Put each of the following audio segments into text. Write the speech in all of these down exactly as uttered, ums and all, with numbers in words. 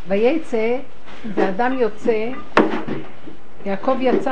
וייצא, ואדם יוצא, יעקב יצא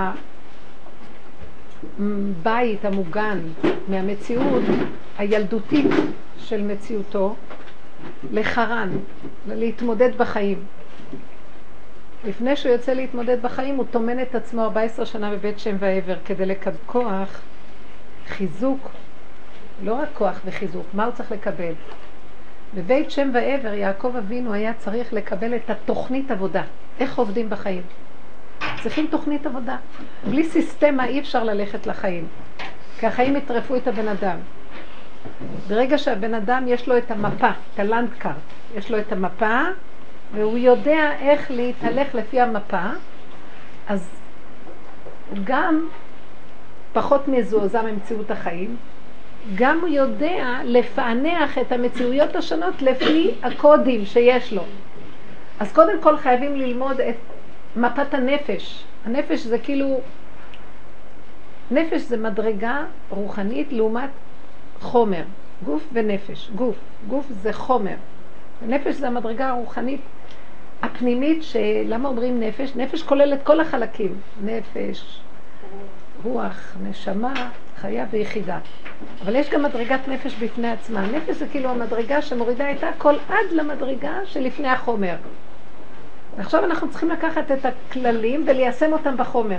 מהבית המוגן, מהמציאות הילדותית של מציאותו, לחרן, להתמודד בחיים. לפני שהוא יוצא להתמודד בחיים, הוא תומן את עצמו ארבע עשרה שנה בבית שם ועבר, כדי לקבל כוח, חיזוק, לא רק כוח וחיזוק, מה הוא צריך לקבל? בבית שם ועבר, יעקב אבינו היה צריך לקבל את התוכנית עבודה. איך עובדים בחיים? צריכים תוכנית עבודה. בלי סיסטמה אי אפשר ללכת לחיים. כי החיים יטרפו את הבן אדם. ברגע שהבן אדם יש לו את המפה, את הלנדקארט, יש לו את המפה, והוא יודע איך להתהלך לפי המפה, אז הוא גם פחות מזועזע ממציאות החיים, גם הוא יודע לפענח את המציאויות השונות לפי הקודים שיש לו. אז קודם כל חייבים ללמוד את מפת הנפש. הנפש זה כאילו, נפש זה מדרגה רוחנית לעומת חומר, גוף ונפש. גוף, גוף זה חומר. נפש זה המדרגה הרוחנית הפנימית, שלמה אומרים נפש? נפש כולל את כל החלקים. נפש, רוח, נשמה, חיה ויחידה. אבל יש גם מדרגת נפש בפני עצמה. נפש זה כאילו המדרגה שמורידה את הכל עד למדרגה שלפני החומר. ועכשיו אנחנו צריכים לקחת את הכללים וליישם אותם בחומר.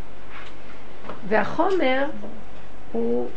והחומר הוא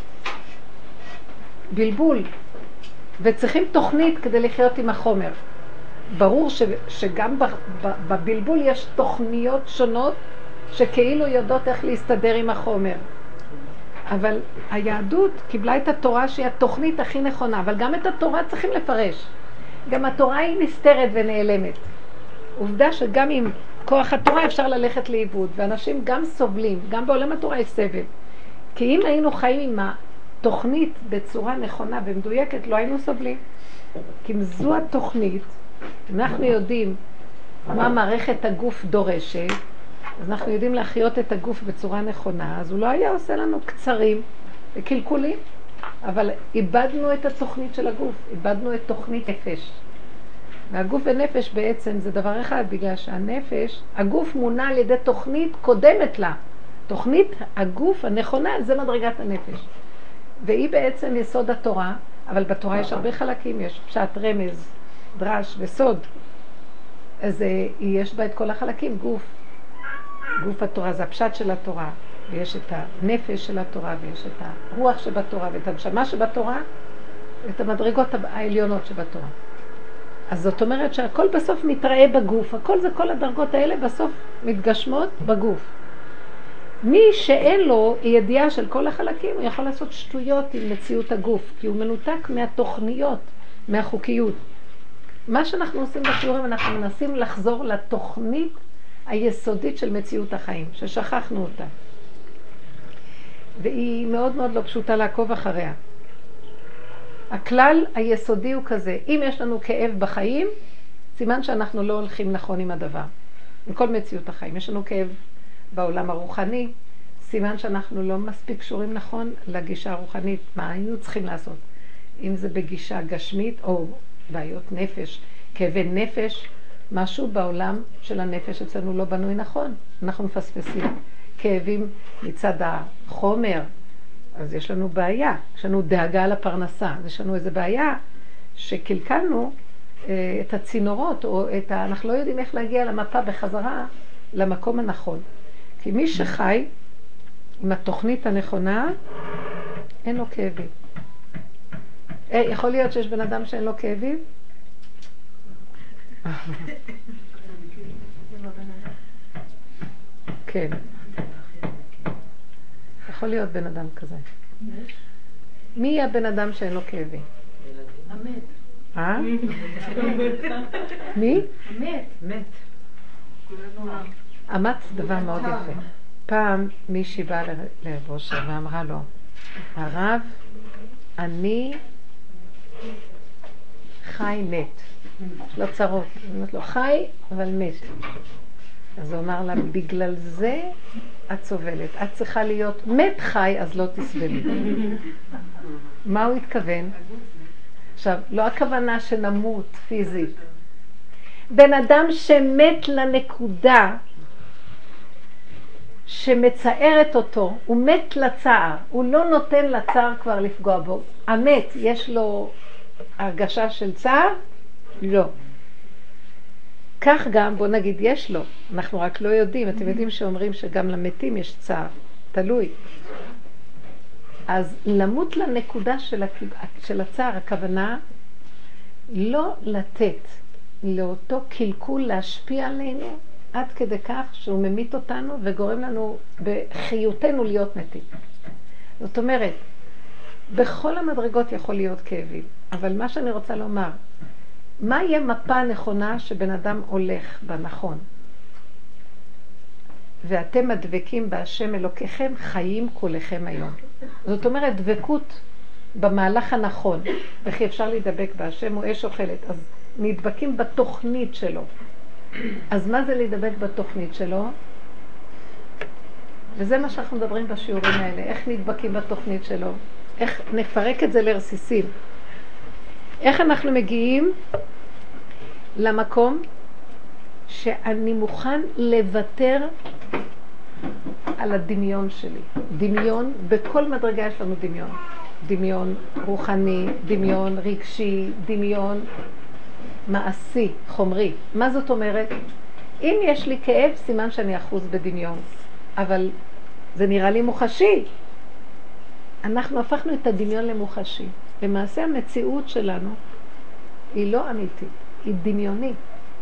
בלבול, וצריכים תוכנית כדי לחיות עם החומר. ברור ש, שגם ב, ב, בבלבול יש תוכניות שונות שכאילו יודעות איך להסתדר עם החומר. אבל היהדות קיבלה את התורה שהיא התוכנית הכי נכונה, אבל גם את התורה צריכים לפרש. גם התורה היא נסתרת ונעלמת. עובדה שגם עם כוח התורה אפשר ללכת לאיבוד, ואנשים גם סובלים, גם בעולם התורה יש סבל. כי אם היינו חיים עם התוכנית בצורה נכונה ומדויקת, לא היינו סובלים. כי אם זו התוכנית, אנחנו יודעים מה מערכת הגוף דורשת, אז אנחנו יודעים להחיות את הגוף בצורה נכונה, אז הוא לא היה עושה לנו קצרים וקלקולים, אבל איבדנו את התוכנית של הגוף, איבדנו את תוכנית נפש. והגוף ונפש בעצם זה דבר אחד, בגלל שהנפש, הגוף מונה על ידי תוכנית קודמת לה. תוכנית הגוף הנכונה זה מדרגת הנפש. והיא בעצם יסוד התורה, אבל בתורה יש הרבה חלקים, יש פשט, רמז, דרש וסוד. אז יש בה את כל החלקים, גוף. גוף התורה זה הפשט של התורה, ויש את הנפש של התורה, ויש את הרוח שבתורה, ואת הנשמה שבתורה, ואת המדרגות העליונות שבתורה. אז זאת אומרת שהכל בסוף מתראה בגוף, הכל זה כל הדרגות האלה בסוף מתגשמות בגוף. מי שאין לו ידיעה של כל החלקים, הוא יכול לעשות שטויות עם מציאות הגוף, כי הוא מנותק מהתוכניות, מהחוקיות. מה שאנחנו עושים בשיעורים, אנחנו מנסים לחזור לתוכנית היסודית של מציאות החיים, ששכחנו אותה. והיא מאוד מאוד לא פשוטה לעקוב אחריה. הכלל היסודי הוא כזה, אם יש לנו כאב בחיים, סימן שאנחנו לא הולכים נכון עם הדבר. עם כל מציאות החיים. יש לנו כאב בעולם הרוחני, סימן שאנחנו לא מספיק קשורים נכון לגישה הרוחנית. מה היינו צריכים לעשות? אם זה בגישה גשמית או בעיות נפש, כאבי נפש, משהו בעולם של הנפש אצלנו לא בנוי נכון. אנחנו מפספסים. כאבים מצד החומר, אז יש לנו בעיה, יש לנו דאגה לפרנסה, יש לנו איזו בעיה שקלקלנו אה, את הצינורות, או את ה... אנחנו לא יודעים איך להגיע למפה בחזרה למקום הנכון. כי מי שחי עם התוכנית הנכונה, אין לו כאבים. אה, יכול להיות שיש בן אדם שאין לו כאבים? כן. יכול להיות בן אדם כזה. מי יהיה הבן אדם שאין לו כאבים? המת. אה? מי? המת. מת. אמץ דבר מאוד יפה. פעם מישהי באה לרב אושר ואמרה לו, הרב, אני חי מת. יש לו צרות. היא אומרת לו, חי אבל מת. אז הוא אמר לה, בגלל זה את סובלת. את צריכה להיות מת חי, אז לא תסבלי. מה הוא התכוון? עכשיו, לא הכוונה שנמות פיזית. בן אדם שמת לנקודה שמצערת אותו, הוא מת לצער, הוא לא נותן לצער כבר לפגוע בו. המת, יש לו הרגשה של צער? לא. כך גם, בוא נגיד, יש לו. אנחנו רק לא יודעים. אתם יודעים שאומרים שגם למתים יש צער. תלוי. אז למות לנקודה של, הכ... של הצער, הכוונה, לא לתת לאותו קלקול להשפיע עלינו, עד כדי כך שהוא ממית אותנו וגורם לנו בחיותנו להיות מתים. זאת אומרת, בכל המדרגות יכול להיות כאבים, אבל מה שאני רוצה לומר, מה יהיה מפה הנכונה שבן אדם הולך בנכון? ואתם מדבקים בהשם אלוקיכם, חיים כולכם היום. זאת אומרת, דבקות במהלך הנכון, וכי אפשר להידבק בהשם, הוא אש אוכלת, אז נדבקים בתוכנית שלו. אז מה זה להידבק בתוכנית שלו? וזה מה שאנחנו מדברים בשיעורים האלה, איך נדבקים בתוכנית שלו, איך נפרק את זה לרסיסים. איך אנחנו מגיעים למקום שאני מוכן לוותר על הדמיון שלי. דמיון, בכל מדרגה יש לנו דמיון. דמיון רוחני, דמיון רגשי, דמיון מעשי, חומרי. מה זאת אומרת? אם יש לי כאב, סימן שאני אחוז בדמיון. אבל זה נראה לי מוחשי. אנחנו הפכנו את הדמיון למוחשי. למעשה המציאות שלנו היא לא אמיתית, היא דמיונית.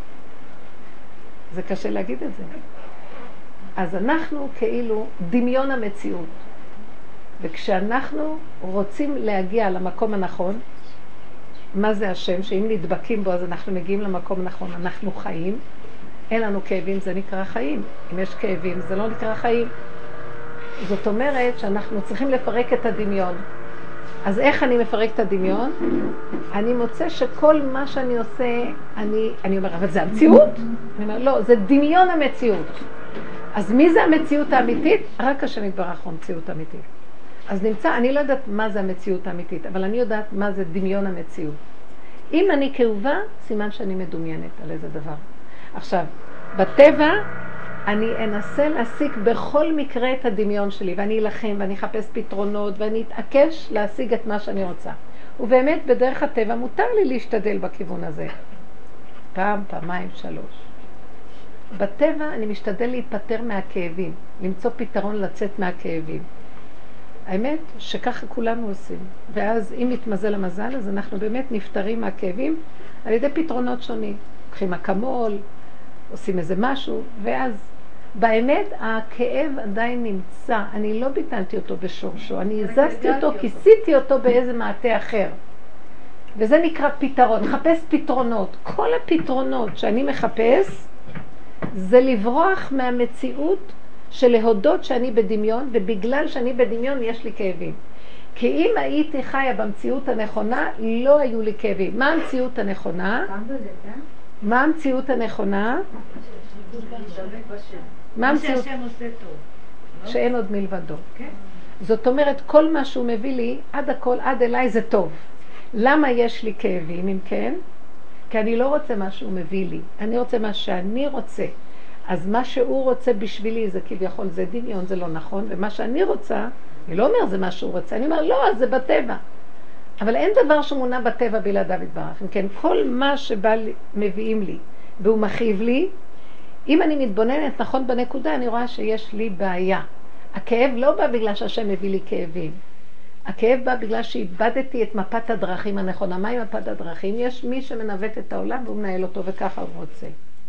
זה קשה להגיד את זה. אז אנחנו כאילו דמיון המציאות. וכשאנחנו רוצים להגיע למקום הנכון, מה זה השם? שאם נדבקים בו אז אנחנו מגיעים למקום הנכון, אנחנו חיים, אין לנו כאבים, זה נקרא חיים. אם יש כאבים, זה לא נקרא חיים. זאת אומרת שאנחנו צריכים לפרק את הדמיון. אז איך אני מפרק את הדמיון? אני מוצא שכל מה שאני עושה, אני, אני אומר, אבל זה המציאות? אני אומר, לא, זה דמיון המציאות. אז מי זה המציאות האמיתית? רק השם יתברך הוא המציאות האמיתית. אז נמצא, אני לא יודעת מה זה המציאות האמיתית, אבל אני יודעת מה זה דמיון המציאות. אם אני כאובה, סימן שאני מדומיינת על איזה דבר. עכשיו, בטבע, אני אנסה להשיג בכל מקרה את הדמיון שלי, ואני אלחם, ואני אחפש פתרונות, ואני אתעקש להשיג את מה שאני רוצה. ובאמת, בדרך הטבע, מותר לי להשתדל בכיוון הזה. פעם, פעמיים, שלוש. בטבע אני משתדל להיפטר מהכאבים, למצוא פתרון לצאת מהכאבים. האמת שככה כולנו עושים. ואז אם מתמזל המזל, אז אנחנו באמת נפטרים מהכאבים על ידי פתרונות שונים. לוקחים אקמול, עושים איזה משהו, ואז באמת הכאב עדיין נמצא. אני לא ביטלתי אותו בשורשו, אני הזזתי אותו, כיסיתי אותו באיזה מעטה אחר. וזה נקרא פתרון, חפש פתרונות. כל הפתרונות שאני מחפש, זה לברוח מהמציאות של להודות שאני בדמיון, ובגלל שאני בדמיון יש לי כאבים. כי אם הייתי חיה במציאות הנכונה, לא היו לי כאבים. מה המציאות הנכונה? מה המציאות הנכונה? מה המציאות? שאין עוד מלבדו. זאת אומרת, כל מה שהוא מביא לי, עד הכל, עד אליי זה טוב. למה יש לי כאבים, אם כן? כי אני לא רוצה מה שהוא מביא לי. אני רוצה מה שאני רוצה. אז מה שהוא רוצה בשבילי זה כביכול, זה דמיון, זה לא נכון. ומה שאני רוצה, אני לא אומר זה מה שהוא רוצה. אני אומר, לא, זה בטבע. אבל אין דבר שמונע בטבע בלעדיו יתברך. כן, כל מה שבא לי, מביאים לי, והוא מכאיב לי, אם אני מתבוננת נכון בנקודה, אני רואה שיש לי בעיה. הכאב לא בא בגלל שהשם מביא לי כאבים. הכאב בא בגלל שאיבדתי את מפת הדרכים הנכונה. מהי מפת הדרכים? יש מי שמנווט את העולם והוא מנהל אותו וככה הוא רוצה.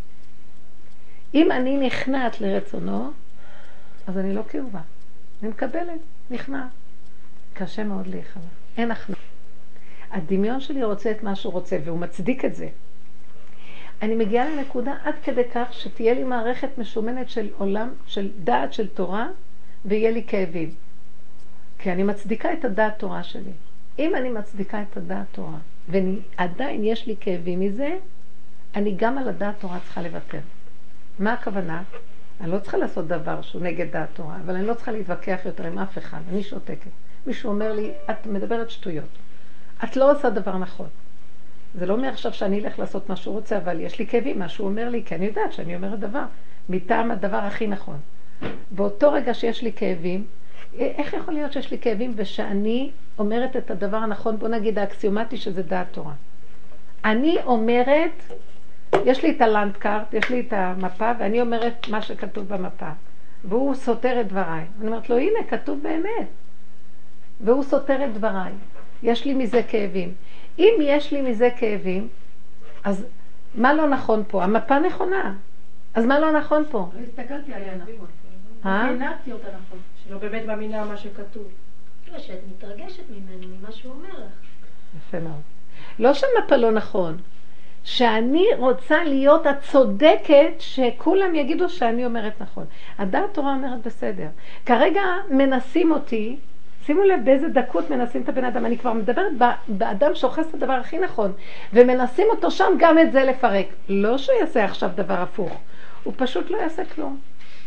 אם אני נכנעת לרצונו, אז אני לא כאובה. אני מקבלת, נכנעת. קשה מאוד להיכנע. אין הכנעה. הדמיון שלי רוצה את מה שהוא רוצה והוא מצדיק את זה. אני מגיעה לנקודה עד כדי כך שתהיה לי מערכת משומנת של עולם, של דעת של תורה, ויהיה לי כאבים. כי אני מצדיקה את הדעת תורה שלי. אם אני מצדיקה את הדעת תורה, ועדיין יש לי כאבים מזה, אני גם על הדעת תורה צריכה לוותר. מה הכוונה? אני לא צריכה לעשות דבר שהוא נגד דעת תורה, אבל אני לא צריכה להתווכח יותר עם אף אחד, אני שותקת. מישהו אומר לי, את מדברת שטויות. את לא עושה דבר נכון. זה לא אומר עכשיו שאני אלך לעשות מה שהוא רוצה, אבל יש לי כאבים, מה שהוא אומר לי, כי אני יודעת שאני אומרת דבר, מטעם הדבר הכי נכון. באותו רגע שיש לי כאבים, איך יכול להיות שיש לי כאבים ושאני אומרת את הדבר הנכון, בוא נגיד האקסיומטי שזה דעת תורה. אני אומרת, יש לי את הלנדקארט, יש לי את המפה, ואני אומרת מה שכתוב במפה. והוא סותר את דבריי. אני אומרת לו, הנה, כתוב באמת. והוא סותר את דבריי. יש לי מזה כאבים. אם יש לי מזה כאבים, אז מה לא נכון פה? המפה נכונה. אז מה לא נכון פה? לא הסתכלתי עליה נכון. אה? הענקתי אותה נכון. שלא באמת מאמינה מה שכתוב. לא, שאת מתרגשת ממנו, ממה שהוא אומר לך. יפה מאוד. לא שהמפה לא נכון. שאני רוצה להיות הצודקת שכולם יגידו שאני אומרת נכון. הדעת תורה אומרת בסדר. כרגע מנסים אותי, שימו לב באיזה דקות מנסים את הבן אדם. אני כבר מדברת באדם שאוחז את הדבר הכי נכון, ומנסים אותו שם גם את זה לפרק. לא שהוא יעשה עכשיו דבר הפוך, הוא פשוט לא יעשה כלום.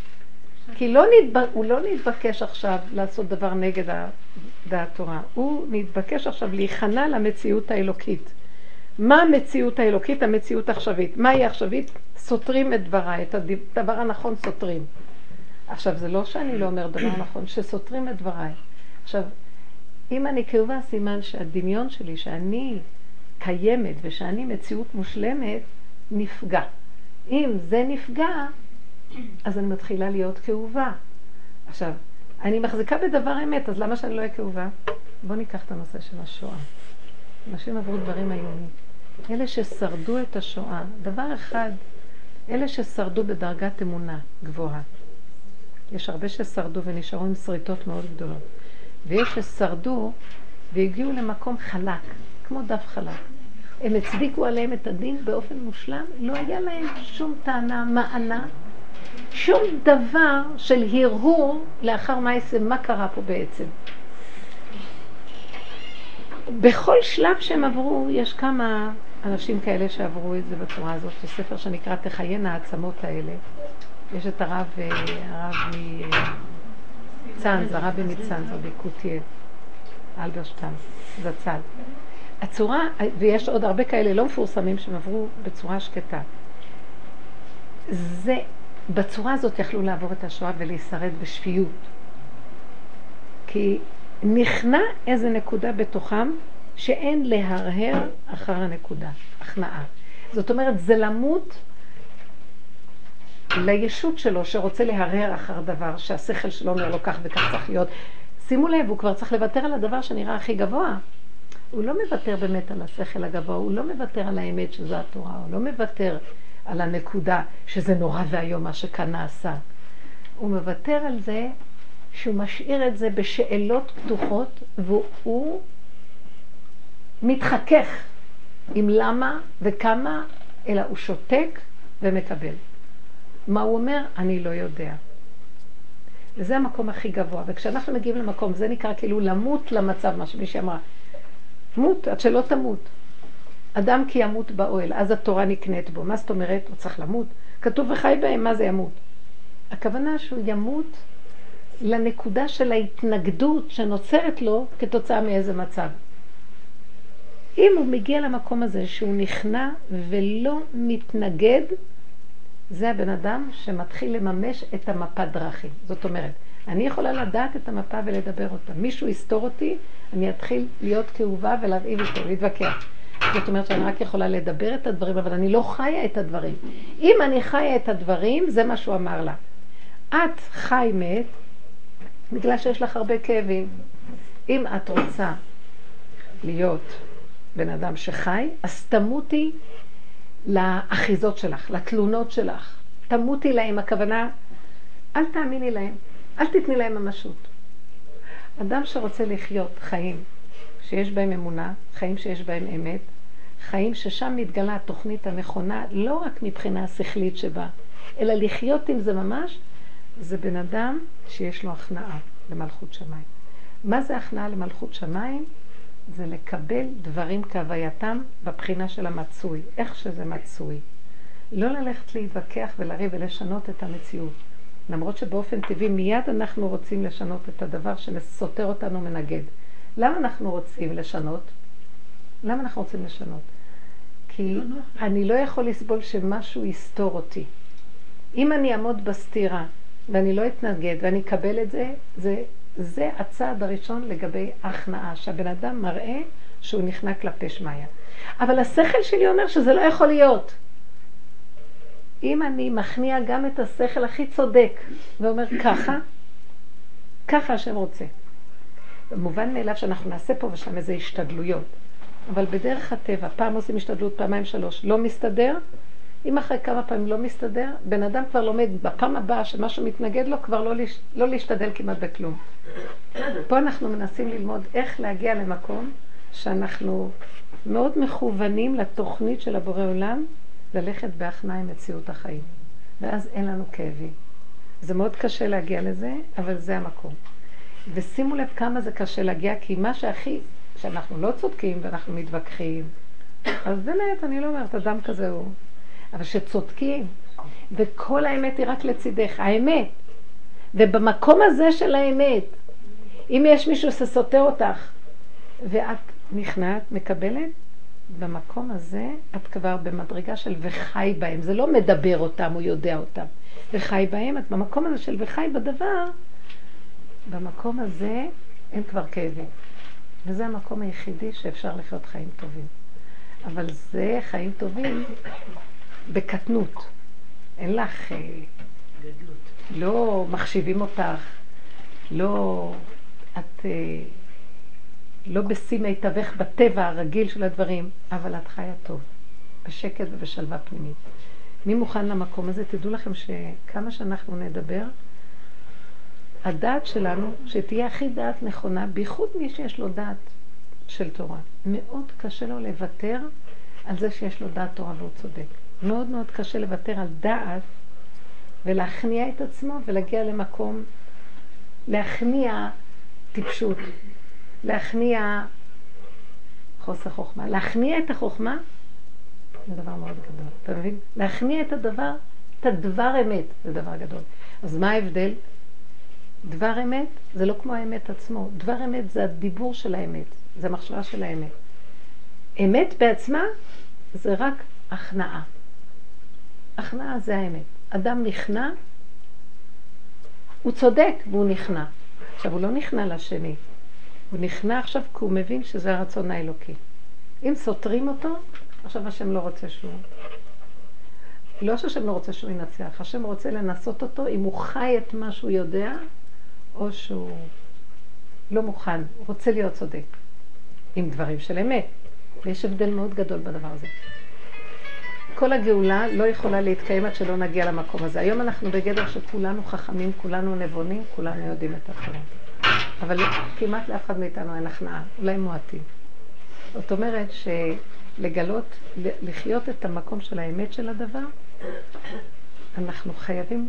כי לא נתב... הוא לא נתבקש עכשיו לעשות דבר נגד הדעת תורה. הוא נתבקש עכשיו להיכנע למציאות האלוקית. מה המציאות האלוקית? המציאות העכשווית. מה היא העכשווית? סותרים את דבריי, את הדבר הנכון סותרים. עכשיו, זה לא שאני לא אומר דבר נכון, שסותרים את דבריי. עכשיו, אם אני כאובה, סימן שהדמיון שלי, שאני קיימת ושאני מציאות מושלמת, נפגע. אם זה נפגע, אז אני מתחילה להיות כאובה. עכשיו, אני מחזיקה בדבר אמת, אז למה שאני לא אהיה כאובה? בואו ניקח את הנושא של השואה. אנשים עברו דברים איומים. אלה ששרדו את השואה, דבר אחד, אלה ששרדו בדרגת אמונה גבוהה. יש הרבה ששרדו ונשארו עם שריטות מאוד גדולות. ויש ששרדו והגיעו למקום חלק, כמו דף חלק. הם הצדיקו עליהם את הדין באופן מושלם, לא היה להם שום טענה, מענה, שום דבר של הרהור לאחר מה יעשה, מה קרה פה בעצם. בכל שלב שהם עברו, יש כמה אנשים כאלה שעברו את זה בצורה הזאת. יש ספר שנקרא תחיין העצמות האלה. יש את הרב, הרב מצאנז, הרבי מצאנז, רבי קוטיאל, אלברשטיין, זצ"ל. הצורה, ויש עוד הרבה כאלה לא מפורסמים שהם עברו בצורה שקטה. זה, בצורה הזאת יכלו לעבור את השואה ולהישרד בשפיות. כי נכנע איזה נקודה בתוכם שאין להרהר אחר הנקודה, הכנעה. זאת אומרת, זה למות לישות שלו שרוצה להרהר אחר דבר שהשכל שלו אומר לו כך וכך צריך להיות. שימו לב, הוא כבר צריך לוותר על הדבר שנראה הכי גבוה. הוא לא מוותר באמת על השכל הגבוה, הוא לא מוותר על האמת שזו התורה, הוא לא מוותר על הנקודה שזה נורא והיום מה שכאן נעשה. הוא מוותר על זה שהוא משאיר את זה בשאלות פתוחות, והוא מתחכך עם למה וכמה, אלא הוא שותק ומקבל. מה הוא אומר? אני לא יודע. וזה המקום הכי גבוה. וכשאנחנו מגיעים למקום, זה נקרא כאילו למות למצב, מה שמישהי אמרה. מות, עד שלא תמות. אדם כי ימות באוהל, אז התורה נקנית בו. מה זאת אומרת? הוא צריך למות. כתוב וחי בהם, מה זה ימות? הכוונה שהוא ימות לנקודה של ההתנגדות שנוצרת לו כתוצאה מאיזה מצב. אם הוא מגיע למקום הזה שהוא נכנע ולא מתנגד, זה הבן אדם שמתחיל לממש את המפת דרכים. זאת אומרת, אני יכולה לדעת את המפה ולדבר אותה. מישהו יסתור אותי, אני אתחיל להיות כאובה ולהרעיב איתו, להתווכח. זאת אומרת שאני רק יכולה לדבר את הדברים, אבל אני לא חיה את הדברים. אם אני חיה את הדברים, זה מה שהוא אמר לה. את חי מת, בגלל שיש לך הרבה כאבים. אם את רוצה להיות בן אדם שחי, אז תמותי לאחיזות שלך, לתלונות שלך. תמותי להם, הכוונה, אל תאמיני להם, אל תתני להם ממשות. אדם שרוצה לחיות חיים שיש בהם אמונה, חיים שיש בהם אמת, חיים ששם מתגלה התוכנית הנכונה, לא רק מבחינה שכלית שבה, אלא לחיות עם זה ממש, זה בן אדם שיש לו הכנעה למלכות שמיים. מה זה הכנעה למלכות שמיים? זה לקבל דברים כהווייתם בבחינה של המצוי, איך שזה מצוי. לא ללכת להתווכח ולריב ולשנות את המציאות. למרות שבאופן טבעי מיד אנחנו רוצים לשנות את הדבר שסותר אותנו מנגד. למה אנחנו רוצים לשנות? למה אנחנו רוצים לשנות? כי אני לא יכול לסבול שמשהו יסתור אותי. אם אני אעמוד בסתירה ואני לא אתנגד ואני אקבל את זה, זה, זה הצעד הראשון לגבי הכנעה, שהבן אדם מראה שהוא נכנע כלפי שמיה. אבל השכל שלי אומר שזה לא יכול להיות. אם אני מכניע גם את השכל הכי צודק ואומר ככה, ככה השם רוצה. במובן מאליו שאנחנו נעשה פה ושם איזה השתדלויות. אבל בדרך הטבע, פעם עושים השתדלות, פעמיים שלוש, לא מסתדר. אם אחרי כמה פעמים לא מסתדר, בן אדם כבר לומד בפעם הבאה שמשהו מתנגד לו, כבר לא, להש... לא להשתדל כמעט בכלום. פה אנחנו מנסים ללמוד איך להגיע למקום שאנחנו מאוד מכוונים לתוכנית של הבורא עולם, ללכת בהכנעה עם מציאות החיים. ואז אין לנו כאבים. זה מאוד קשה להגיע לזה, אבל זה המקום. ושימו לב כמה זה קשה להגיע, כי מה שהכי, שאנחנו לא צודקים ואנחנו מתווכחים, אז באמת, אני לא אומרת, אדם כזה הוא. אבל שצודקים, וכל האמת היא רק לצידך, האמת. ובמקום הזה של האמת, אם יש מישהו שסותר אותך, ואת נכנעת, מקבלת, במקום הזה את כבר במדרגה של וחי בהם. זה לא מדבר אותם, הוא יודע אותם. וחי בהם, את במקום הזה של וחי בדבר, במקום הזה אין כבר כאבים. וזה המקום היחידי שאפשר לחיות חיים טובים. אבל זה חיים טובים בקטנות. אין לך גדלות. לא מחשיבים אותך, לא את לא בשיא מיטבך בטבע הרגיל של הדברים, אבל את חיה טוב, בשקט ובשלווה פנימית. מי מוכן למקום הזה? תדעו לכם שכמה שאנחנו נדבר, הדעת שלנו, שתהיה הכי דעת נכונה, בייחוד מי שיש לו דעת של תורה. מאוד קשה לו לוותר על זה שיש לו דעת תורה והוא צודק. מאוד מאוד קשה לוותר על דעת ולהכניע את עצמו ולהגיע למקום, להכניע טיפשות, להכניע חוסר חוכמה. להכניע את החוכמה זה דבר מאוד גדול. אתה מבין? להכניע את הדבר, את הדבר אמת, זה דבר גדול. אז מה ההבדל? דבר אמת זה לא כמו האמת עצמו. דבר אמת זה הדיבור של האמת, זה המחשבה של האמת. אמת בעצמה זה רק הכנעה. הכנעה זה האמת. אדם נכנע, הוא צודק והוא נכנע. עכשיו הוא לא נכנע לשני. הוא נכנע עכשיו כי הוא מבין שזה הרצון האלוקי. אם סותרים אותו, עכשיו השם לא רוצה שהוא. לא שהשם לא רוצה שהוא ינצח, השם רוצה לנסות אותו אם הוא חי את מה שהוא יודע, או שהוא לא מוכן, הוא רוצה להיות צודק. עם דברים של אמת. ויש הבדל מאוד גדול בדבר הזה. כל הגאולה לא יכולה להתקיים עד שלא נגיע למקום הזה. היום אנחנו בגדר שכולנו חכמים, כולנו נבונים, כולנו יודעים את התורה. אבל כמעט לאף אחד מאיתנו אין הכנעה, אולי מועטים. זאת אומרת שלגלות, לחיות את המקום של האמת של הדבר, אנחנו חייבים,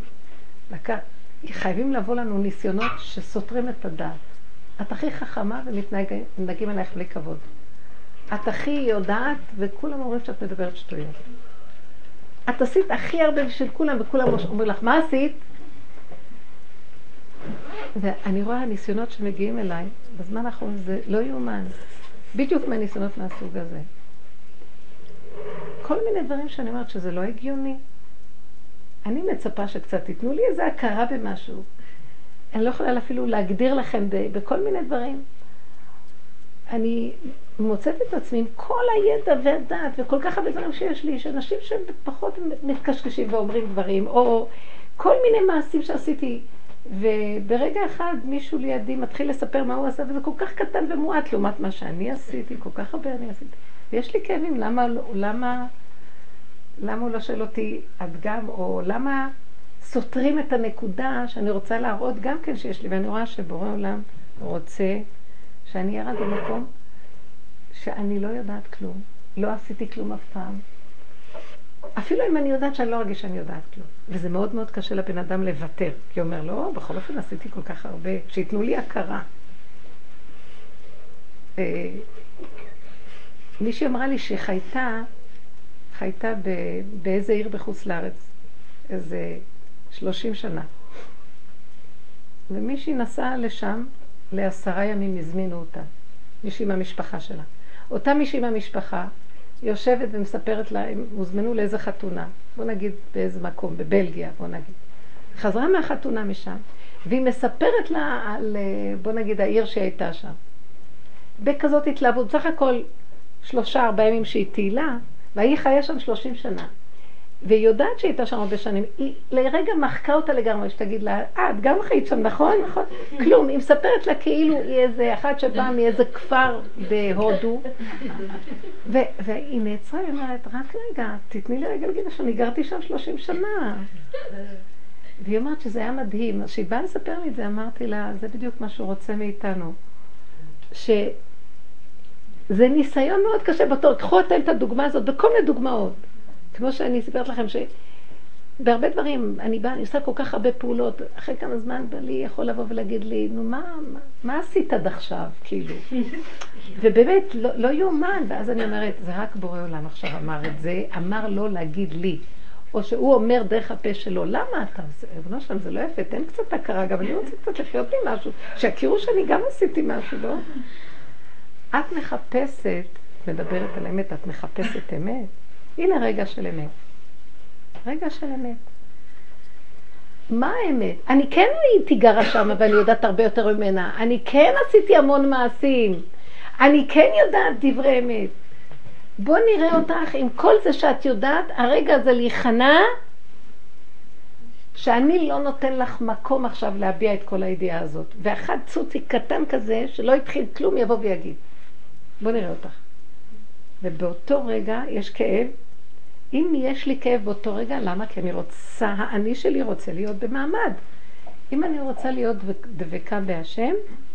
חייבים לבוא לנו ניסיונות שסותרים את הדעת. את הכי חכמה ומתנהגים עלייך בלי כבוד. את הכי יודעת וכולם אומרים שאת מדברת שטויות. את עשית הכי הרבה בשביל כולם וכולם אומרים לך, מה עשית? ואני רואה הניסיונות שמגיעים אליי, בזמן האחרון זה לא יאומן. בדיוק מהניסיונות מהסוג הזה. כל מיני דברים שאני אומרת שזה לא הגיוני. אני מצפה שקצת תיתנו לי איזו הכרה במשהו. אני לא יכולה אפילו להגדיר לכם בכל מיני דברים. אני מוצאת את עצמי עם כל הידע והדעת וכל כך הרבה דברים שיש לי, שאנשים שפחות מתקשקשים ואומרים דברים, או כל מיני מעשים שעשיתי, וברגע אחד מישהו לידי מתחיל לספר מה הוא עשה, וזה כל כך קטן ומועט לעומת מה שאני עשיתי, כל כך הרבה אני עשיתי. ויש לי כאבים, למה, למה, למה הוא לא שואל אותי עד גם, או למה סותרים את הנקודה שאני רוצה להראות גם כן שיש לי, ואני רואה שבורא עולם רוצה שאני ירד במקום שאני לא יודעת כלום, לא עשיתי כלום אף פעם. אפילו אם אני יודעת שאני לא ארגיש שאני יודעת כלום. וזה מאוד מאוד קשה לבן אדם לוותר, כי הוא אומר, לא, בכל אופן עשיתי כל כך הרבה, שיתנו לי הכרה. מישהי אמרה לי שחייתה, חייתה באיזה עיר בחוץ לארץ, איזה שלושים שנה. ומישהי נסעה לשם, לעשרה ימים הזמינו אותה, מישהי מהמשפחה שלה. אותה מישהי מהמשפחה יושבת ומספרת לה, הם הוזמנו לאיזה חתונה, בוא נגיד באיזה מקום, בבלגיה, בוא נגיד. חזרה מהחתונה משם, והיא מספרת לה על, בוא נגיד, העיר שהיא הייתה שם. בכזאת התלהבות, בסך הכל שלושה, ארבעה ימים שהיא תהילה, והיא חיה שם שלושים שנה. והיא יודעת שהיא הייתה שם הרבה שנים, היא לרגע מחקה אותה לגמרי, שתגיד לה, אה, את גם חיית שם, נכון? נכון? כלום, היא מספרת לה כאילו היא איזה אחת שבאה מאיזה כפר בהודו, ו- והיא נעצרה, היא אומרת, רק רגע, תתני לי רגע להגיד שאני גרתי שם שלושים שנה. והיא אומרת שזה היה מדהים, אז כשהיא באה לספר לי את זה, אמרתי לה, זה בדיוק מה שהוא רוצה מאיתנו, שזה ניסיון מאוד קשה בתור, קחו אתם את הדוגמה הזאת, בכל מיני דוגמאות. כמו שאני סיפרת לכם שבהרבה דברים, אני באה, אני עושה כל כך הרבה פעולות, אחרי כמה זמן בא לי יכול לבוא ולהגיד לי, נו מה, מה, מה עשית עד עכשיו, כאילו? ובאמת, לא, לא יאומן, ואז אני אומרת, זה רק בורא עולם עכשיו אמר את זה, אמר לו להגיד לי, או שהוא אומר דרך הפה שלו, למה אתה עושה? בנו שם זה לא יפה, תן קצת הכרה, גם אני רוצה קצת לחיות לי משהו, שיכירו שאני גם עשיתי משהו, לא? את מחפשת, מדברת על אמת, את מחפשת אמת, הנה רגע של אמת. רגע של אמת. מה האמת? אני כן הייתי גרה שם, אבל אני יודעת הרבה יותר ממנה. אני כן עשיתי המון מעשים. אני כן יודעת דברי אמת. בוא נראה אותך עם כל זה שאת יודעת, הרגע הזה להיכנע, שאני לא נותן לך מקום עכשיו להביע את כל הידיעה הזאת. ואחד צוצי קטן כזה, שלא התחיל כלום, יבוא ויגיד. בוא נראה אותך. ובאותו רגע יש כאב. אם יש לי כאב באותו רגע, למה? כי אני רוצה, האני שלי רוצה להיות במעמד. אם אני רוצה להיות דבקה בהשם,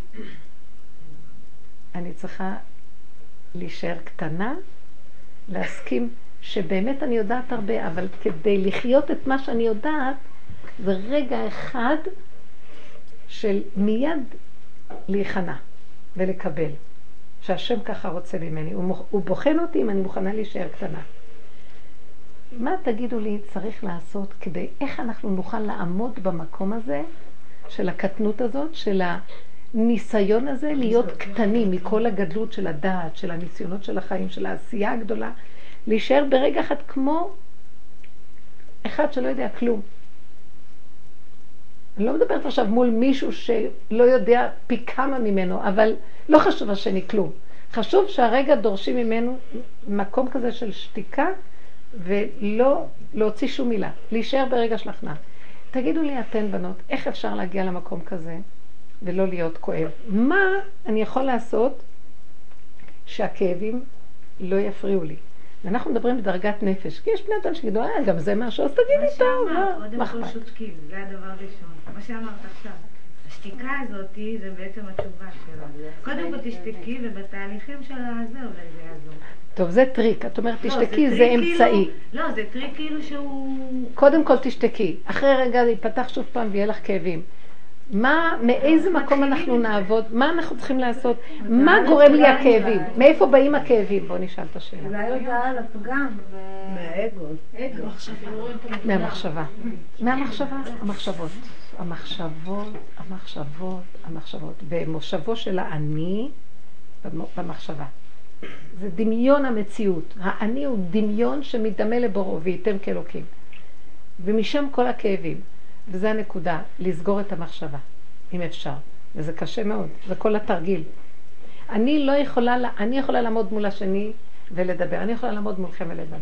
אני צריכה להישאר קטנה, להסכים שבאמת אני יודעת הרבה, אבל כדי לחיות את מה שאני יודעת, זה רגע אחד של מיד להיכנע ולקבל. שהשם ככה רוצה ממני. הוא, הוא בוחן אותי אם אני מוכנה להישאר קטנה. מה תגידו לי צריך לעשות כדי, איך אנחנו נוכל לעמוד במקום הזה, של הקטנות הזאת, של הניסיון הזה, להיות קטנים מכל הגדלות של הדעת, של הניסיונות של החיים, של העשייה הגדולה, להישאר ברגע אחד כמו אחד שלא יודע כלום. אני לא מדברת עכשיו מול מישהו שלא יודע פי כמה ממנו, אבל לא חשוב השני כלום. חשוב שהרגע דורשים ממנו מקום כזה של שתיקה, ולא להוציא שום מילה, להישאר ברגע של הכנעה. תגידו לי אתן בנות, איך אפשר להגיע למקום כזה ולא להיות כואב? מה אני יכול לעשות שהכאבים לא יפריעו לי? ואנחנו מדברים בדרגת נפש, כי יש בני אדם שגידו, אה, גם זה משהו, אז תגידי טוב, מה אכפת? קודם כל שותקים, זה הדבר ראשון. מה שאמרת עכשיו, השתיקה הזאת זה בעצם התשובה שלנו. קודם כל תשתקי ובתהליכים של העזר וזה יעזור. טוב, זה טריק. את אומרת, תשתקי, זה אמצעי. לא, זה טריק כאילו שהוא... קודם כל תשתקי. אחרי רגע ייפתח שוב פעם ויהיה לך כאבים. מה, מאיזה מקום אנחנו נעבוד? מה אנחנו צריכים לעשות? מה גורם לי הכאבים? מאיפה באים הכאבים? בואו נשאל את השאלה. אולי הודעה על הפגם. מהאגו. מהמחשבה. מהמחשבה, המחשבות. המחשבות, המחשבות, המחשבות. במושבו של האני, במחשבה. זה דמיון המציאות. האני הוא דמיון שמתדמה לבוראו וייתם כאלוקים. ומשם כל הכאבים. וזה הנקודה, לסגור את המחשבה, אם אפשר. וזה קשה מאוד, זה כל התרגיל. אני לא יכולה, אני יכולה לעמוד מול השני ולדבר. אני יכולה לעמוד מולכם ולדבר.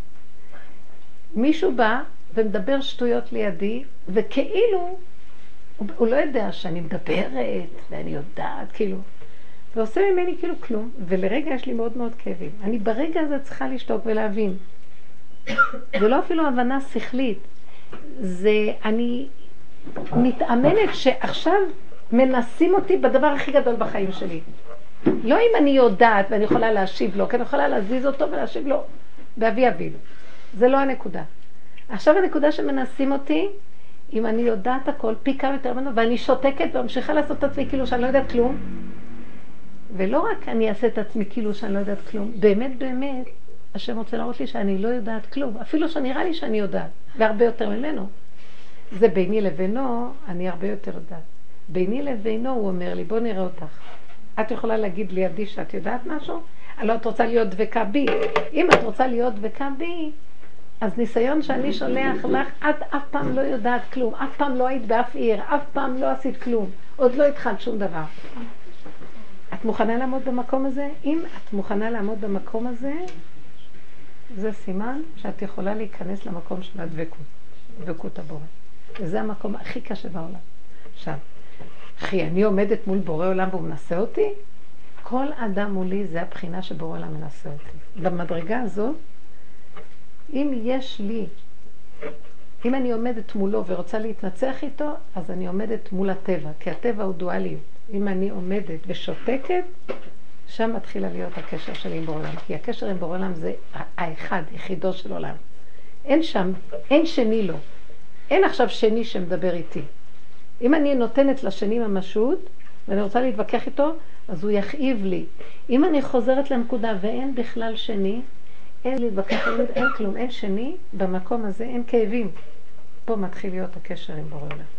מישהו בא ומדבר שטויות לידי, וכאילו, הוא, הוא לא יודע שאני מדברת, ואני יודעת, כאילו. ועושה ממני כאילו כלום, ולרגע יש לי מאוד מאוד כאבים. אני ברגע הזה צריכה לשתוק ולהבין. זה לא אפילו הבנה שכלית. זה, אני מתאמנת שעכשיו מנסים אותי בדבר הכי גדול בחיים שלי. לא אם אני יודעת ואני יכולה להשיב לו, כי אני יכולה להזיז אותו ולהשיב לו באבי אביו. זה לא הנקודה. עכשיו הנקודה שמנסים אותי, אם אני יודעת הכל, פי כמה יותר ממנו, ואני שותקת וממשיכה לעשות את עצמי כאילו שאני לא יודעת כלום. ולא רק אני אעשה את עצמי כאילו שאני לא יודעת כלום, באמת באמת, השם רוצה להראות לי שאני לא יודעת כלום, אפילו שנראה לי שאני יודעת, והרבה יותר ממנו. זה ביני לבינו, אני הרבה יותר יודעת. ביני לבינו הוא אומר לי, בוא נראה אותך. את יכולה להגיד לידי שאת יודעת משהו? לא את רוצה להיות דבקה בי. אם את רוצה להיות דבקה בי, אז ניסיון שאני שולח לך, את אף פעם לא יודעת כלום, אף פעם לא היית באף עיר, אף פעם לא עשית כלום, עוד לא התחלת שום דבר. את מוכנה לעמוד במקום הזה? אם את מוכנה לעמוד במקום הזה, זה סימן שאת יכולה להיכנס למקום של הדבקות, דבקות הבורא. וזה המקום הכי קשה בעולם. עכשיו, אחי, אני עומדת מול בורא עולם והוא מנסה אותי? כל אדם מולי זה הבחינה שבורא עולם מנסה אותי. במדרגה הזאת, אם יש לי, אם אני עומדת מולו ורוצה להתנצח איתו, אז אני עומדת מול הטבע, כי הטבע הוא דואליות. אם אני עומדת ושותקת, שם מתחילה להיות הקשר שלי עם בורא עולם. כי הקשר עם בורא עולם זה האחד, יחידו של עולם. אין שם, אין שני לו. אין עכשיו שני שמדבר איתי. אם אני נותנת לשני ממשות, ואני רוצה להתווכח איתו, אז הוא יכאיב לי. אם אני חוזרת לנקודה ואין בכלל שני, אין להתווכח, אין, אין כלום, אין שני, במקום הזה אין כאבים. פה מתחיל להיות הקשר עם בורא עולם.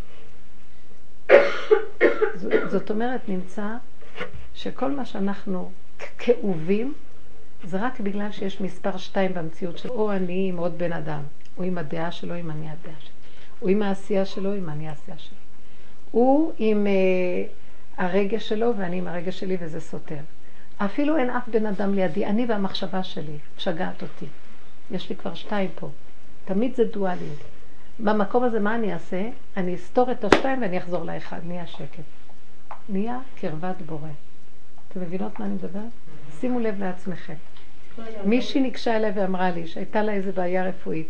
זאת אומרת, נמצא שכל מה שאנחנו כאובים, זה רק בגלל שיש מספר שתיים במציאות שלו, או אני עם עוד בן אדם, או עם הדעה שלו, עם אני הדעה שלו, או עם העשייה שלו, עם אני העשייה שלו. הוא עם uh, הרגש שלו ואני עם הרגש שלי, וזה סותר. אפילו אין אף בן אדם לידי, אני והמחשבה שלי, שגעת אותי. יש לי כבר שתיים פה. תמיד זה דואליות. במקום הזה מה אני אעשה? אני אסתור את השתיים ואני אחזור לאחד, נהיה שקט. נהיה קרבת בורא. אתם מבינות מה אני מדבר? שימו לב לעצמכם. מישהי ניגשה אליי ואמרה לי שהייתה לה איזו בעיה רפואית.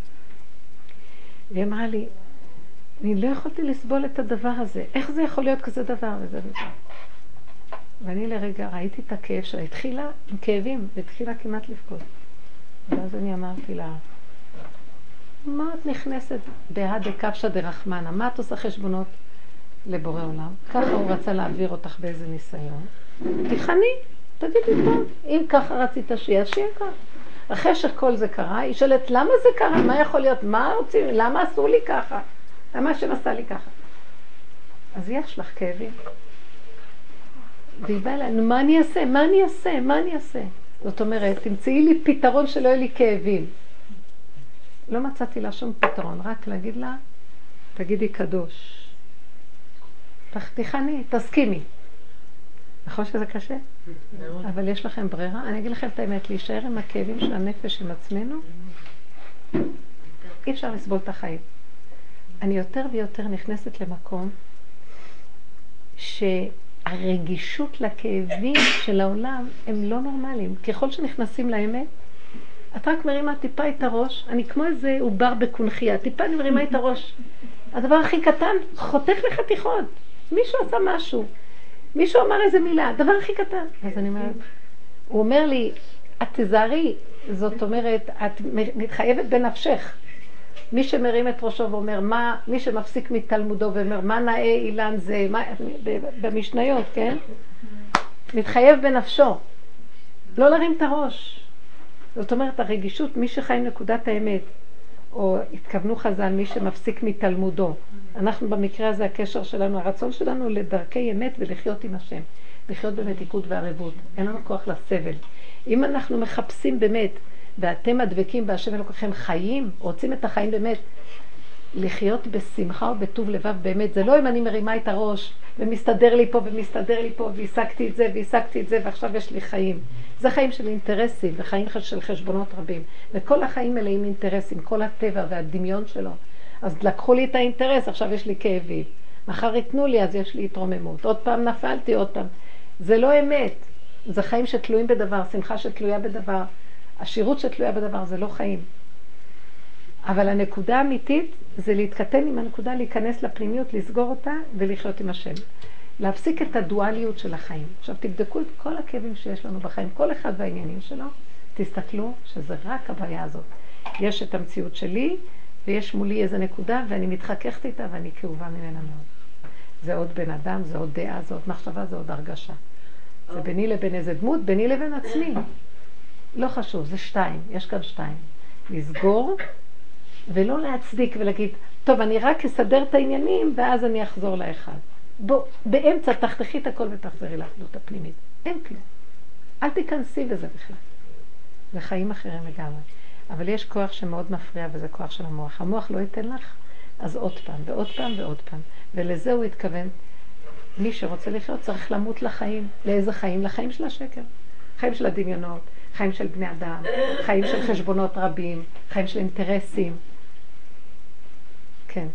היא אמרה לי, אני לא יכולתי לסבול את הדבר הזה. איך זה יכול להיות כזה דבר וזה וזה? ואני לרגע ראיתי את הכאב שלה. התחילה עם כאבים, והתחילה כמעט לבכות. ואז אני אמרתי לה, מה את נכנסת בהדה קפשא דרחמנא? מה את עושה חשבונות לבורא עולם? ככה הוא רצה להעביר אותך באיזה ניסיון. תיכני, תגידי טוב, אם ככה רצית שיהיה, שיהיה ככה. אחרי שכל זה קרה, היא שואלת, למה זה קרה? מה יכול להיות? מה רוצים? למה עשו לי ככה? למה השם עשה לי ככה? אז יש לך כאבים. והיא באה אליי, מה אני אעשה? מה אני אעשה? מה אני אעשה? זאת אומרת, תמצאי לי פתרון שלא יהיה לי כאבים. לא מצאתי לה שום פתרון, רק להגיד לה, תגידי קדוש. תחתיכני, תסכימי. נכון שזה קשה? אבל יש לכם ברירה. אני אגיד לכם את האמת, להישאר עם הכאבים של הנפש עם עצמנו, אי אפשר לסבול את החיים. אני יותר ויותר נכנסת למקום שהרגישות לכאבים של העולם הם לא נורמליים. ככל שנכנסים לאמת, את רק מרימה טיפה את הראש, אני כמו איזה עובר בקונחייה, טיפה אני מרימה את הראש. הדבר הכי קטן, חותך לחתיכות. מישהו עשה משהו. מישהו אמר איזה מילה, הדבר הכי קטן. אז אני אומרת, הוא אומר לי, את תזהרי, זאת אומרת, את מתחייבת בנפשך. מי שמרים את ראשו ואומר, מה, מי שמפסיק מתלמודו ואומר, מה נאה אילן זה, מה, במשניות, כן? מתחייב בנפשו. לא להרים את הראש. זאת אומרת, הרגישות, מי שחי עם נקודת האמת, או התכוונו חז"ל, מי שמפסיק מתלמודו. אנחנו במקרה הזה, הקשר שלנו, הרצון שלנו לדרכי אמת ולחיות עם השם. לחיות במתיקות וערבות. אין לנו כוח לסבל. אם אנחנו מחפשים באמת, ואתם הדבקים בהשם אלוקיכם חיים, רוצים את החיים באמת, לחיות בשמחה ובטוב לבב באמת. זה לא אם אני מרימה את הראש, ומסתדר לי פה ומסתדר לי פה, והשגתי את זה והשגתי את זה, ועכשיו יש לי חיים. זה חיים של אינטרסים וחיים של חשבונות רבים. וכל החיים מלאים אינטרסים, כל הטבע והדמיון שלו. אז לקחו לי את האינטרס, עכשיו יש לי כאבים. מחר יתנו לי, אז יש לי התרוממות. עוד פעם נפלתי, עוד פעם. זה לא אמת. זה חיים שתלויים בדבר, שמחה שתלויה בדבר. השירות שתלויה בדבר זה לא חיים. אבל הנקודה האמיתית זה להתקטן עם הנקודה, להיכנס לפנימיות, לסגור אותה ולחיות עם השם. להפסיק את הדואליות של החיים. עכשיו תבדקו את כל הכאבים שיש לנו בחיים, כל אחד והעניינים שלו, תסתכלו שזה רק הבעיה הזאת. יש את המציאות שלי, ויש מולי איזה נקודה, ואני מתחככת איתה, ואני כאובה ממנה מאוד. זה עוד בן אדם, זה עוד דעה, זה עוד מחשבה, זה עוד הרגשה. זה ביני לבין איזה דמות, ביני לבין עצמי. לא חשוב, זה שתיים, יש כאן שתיים. לסגור, ולא להצדיק ולהגיד, טוב, אני רק אסדר את העניינים, ואז אני אחזור לאחד. בוא, באמצע תחתכי את הכל ותחזרי לאחדות הפנימית. אין כלום. אל תיכנסי בזה בכלל. זה חיים אחרים לגמרי. אבל יש כוח שמאוד מפריע, וזה כוח של המוח. המוח לא ייתן לך, אז עוד פעם, ועוד פעם, ועוד פעם. ולזה הוא התכוון, מי שרוצה לחיות צריך למות לחיים. לאיזה חיים? לחיים של השקר. חיים של הדמיונות, חיים של בני אדם, חיים של חשבונות רבים, חיים של אינטרסים. כן.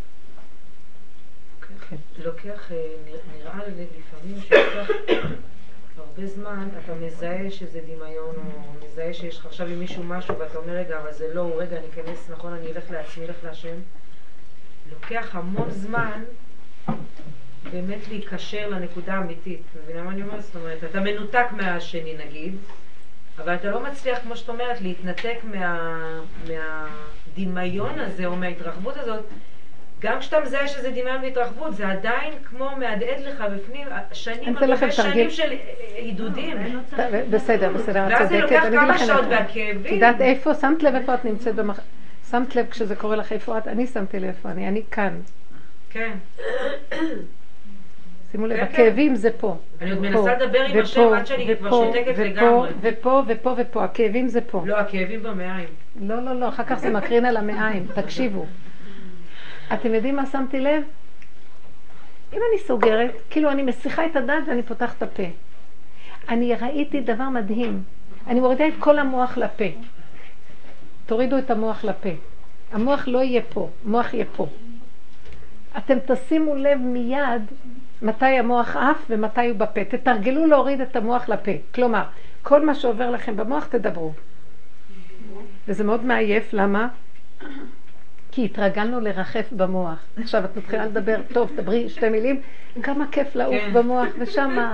כן. לוקח, נראה לי לפעמים שלוקח הרבה זמן, אתה מזהה שזה דמיון, או מזהה שיש לך עכשיו עם מישהו משהו, ואתה אומר, רגע, אבל זה לא, רגע, אני אכנס, נכון, אני אלך לעצמי, אלך להשם. לוקח המון זמן באמת להיקשר לנקודה האמיתית. מבינה מה אני אומרת? זאת אומרת, אתה מנותק מהשני נגיד, אבל אתה לא מצליח, כמו שאת אומרת, להתנתק מה, מהדמיון הזה או מההתרחבות הזאת. גם כשאתה מזהה שזה דמיון והתרחבות, זה עדיין כמו מהדהד לך בפנים שנים, הרבה שנים של עידודים. בסדר, בסדר, את ואז זה צודקת. לוקח כמה שעות והכאבים. את יודעת איפה? שמת לב איפה את נמצאת במח... שמת לב כשזה קורה לך איפה את? אני שמתי לב איפה אני, אני כאן. כן. שימו לב, הכאבים זה פה. אני עוד מנסה לדבר עם השם עד שאני כבר שותקת לגמרי. ופה, ופה, ופה, הכאבים זה פה. לא, הכאבים במעיים. לא, לא, לא, אחר כך זה מקרין על המעיים, תקשיבו. אתם יודעים מה שמתי לב? אם אני סוגרת, כאילו אני מסיחה את הדעת ואני פותחת את הפה. אני ראיתי דבר מדהים. אני מורידה את כל המוח לפה. תורידו את המוח לפה. המוח לא יהיה פה, המוח יהיה פה. אתם תשימו לב מיד מתי המוח עף ומתי הוא בפה. תתרגלו להוריד את המוח לפה. כלומר, כל מה שעובר לכם במוח תדברו. וזה מאוד מעייף, למה? כי התרגלנו לרחף במוח. עכשיו את מתחילה לדבר, טוב, דברי שתי מילים, כמה כיף לעוף במוח, ושמה,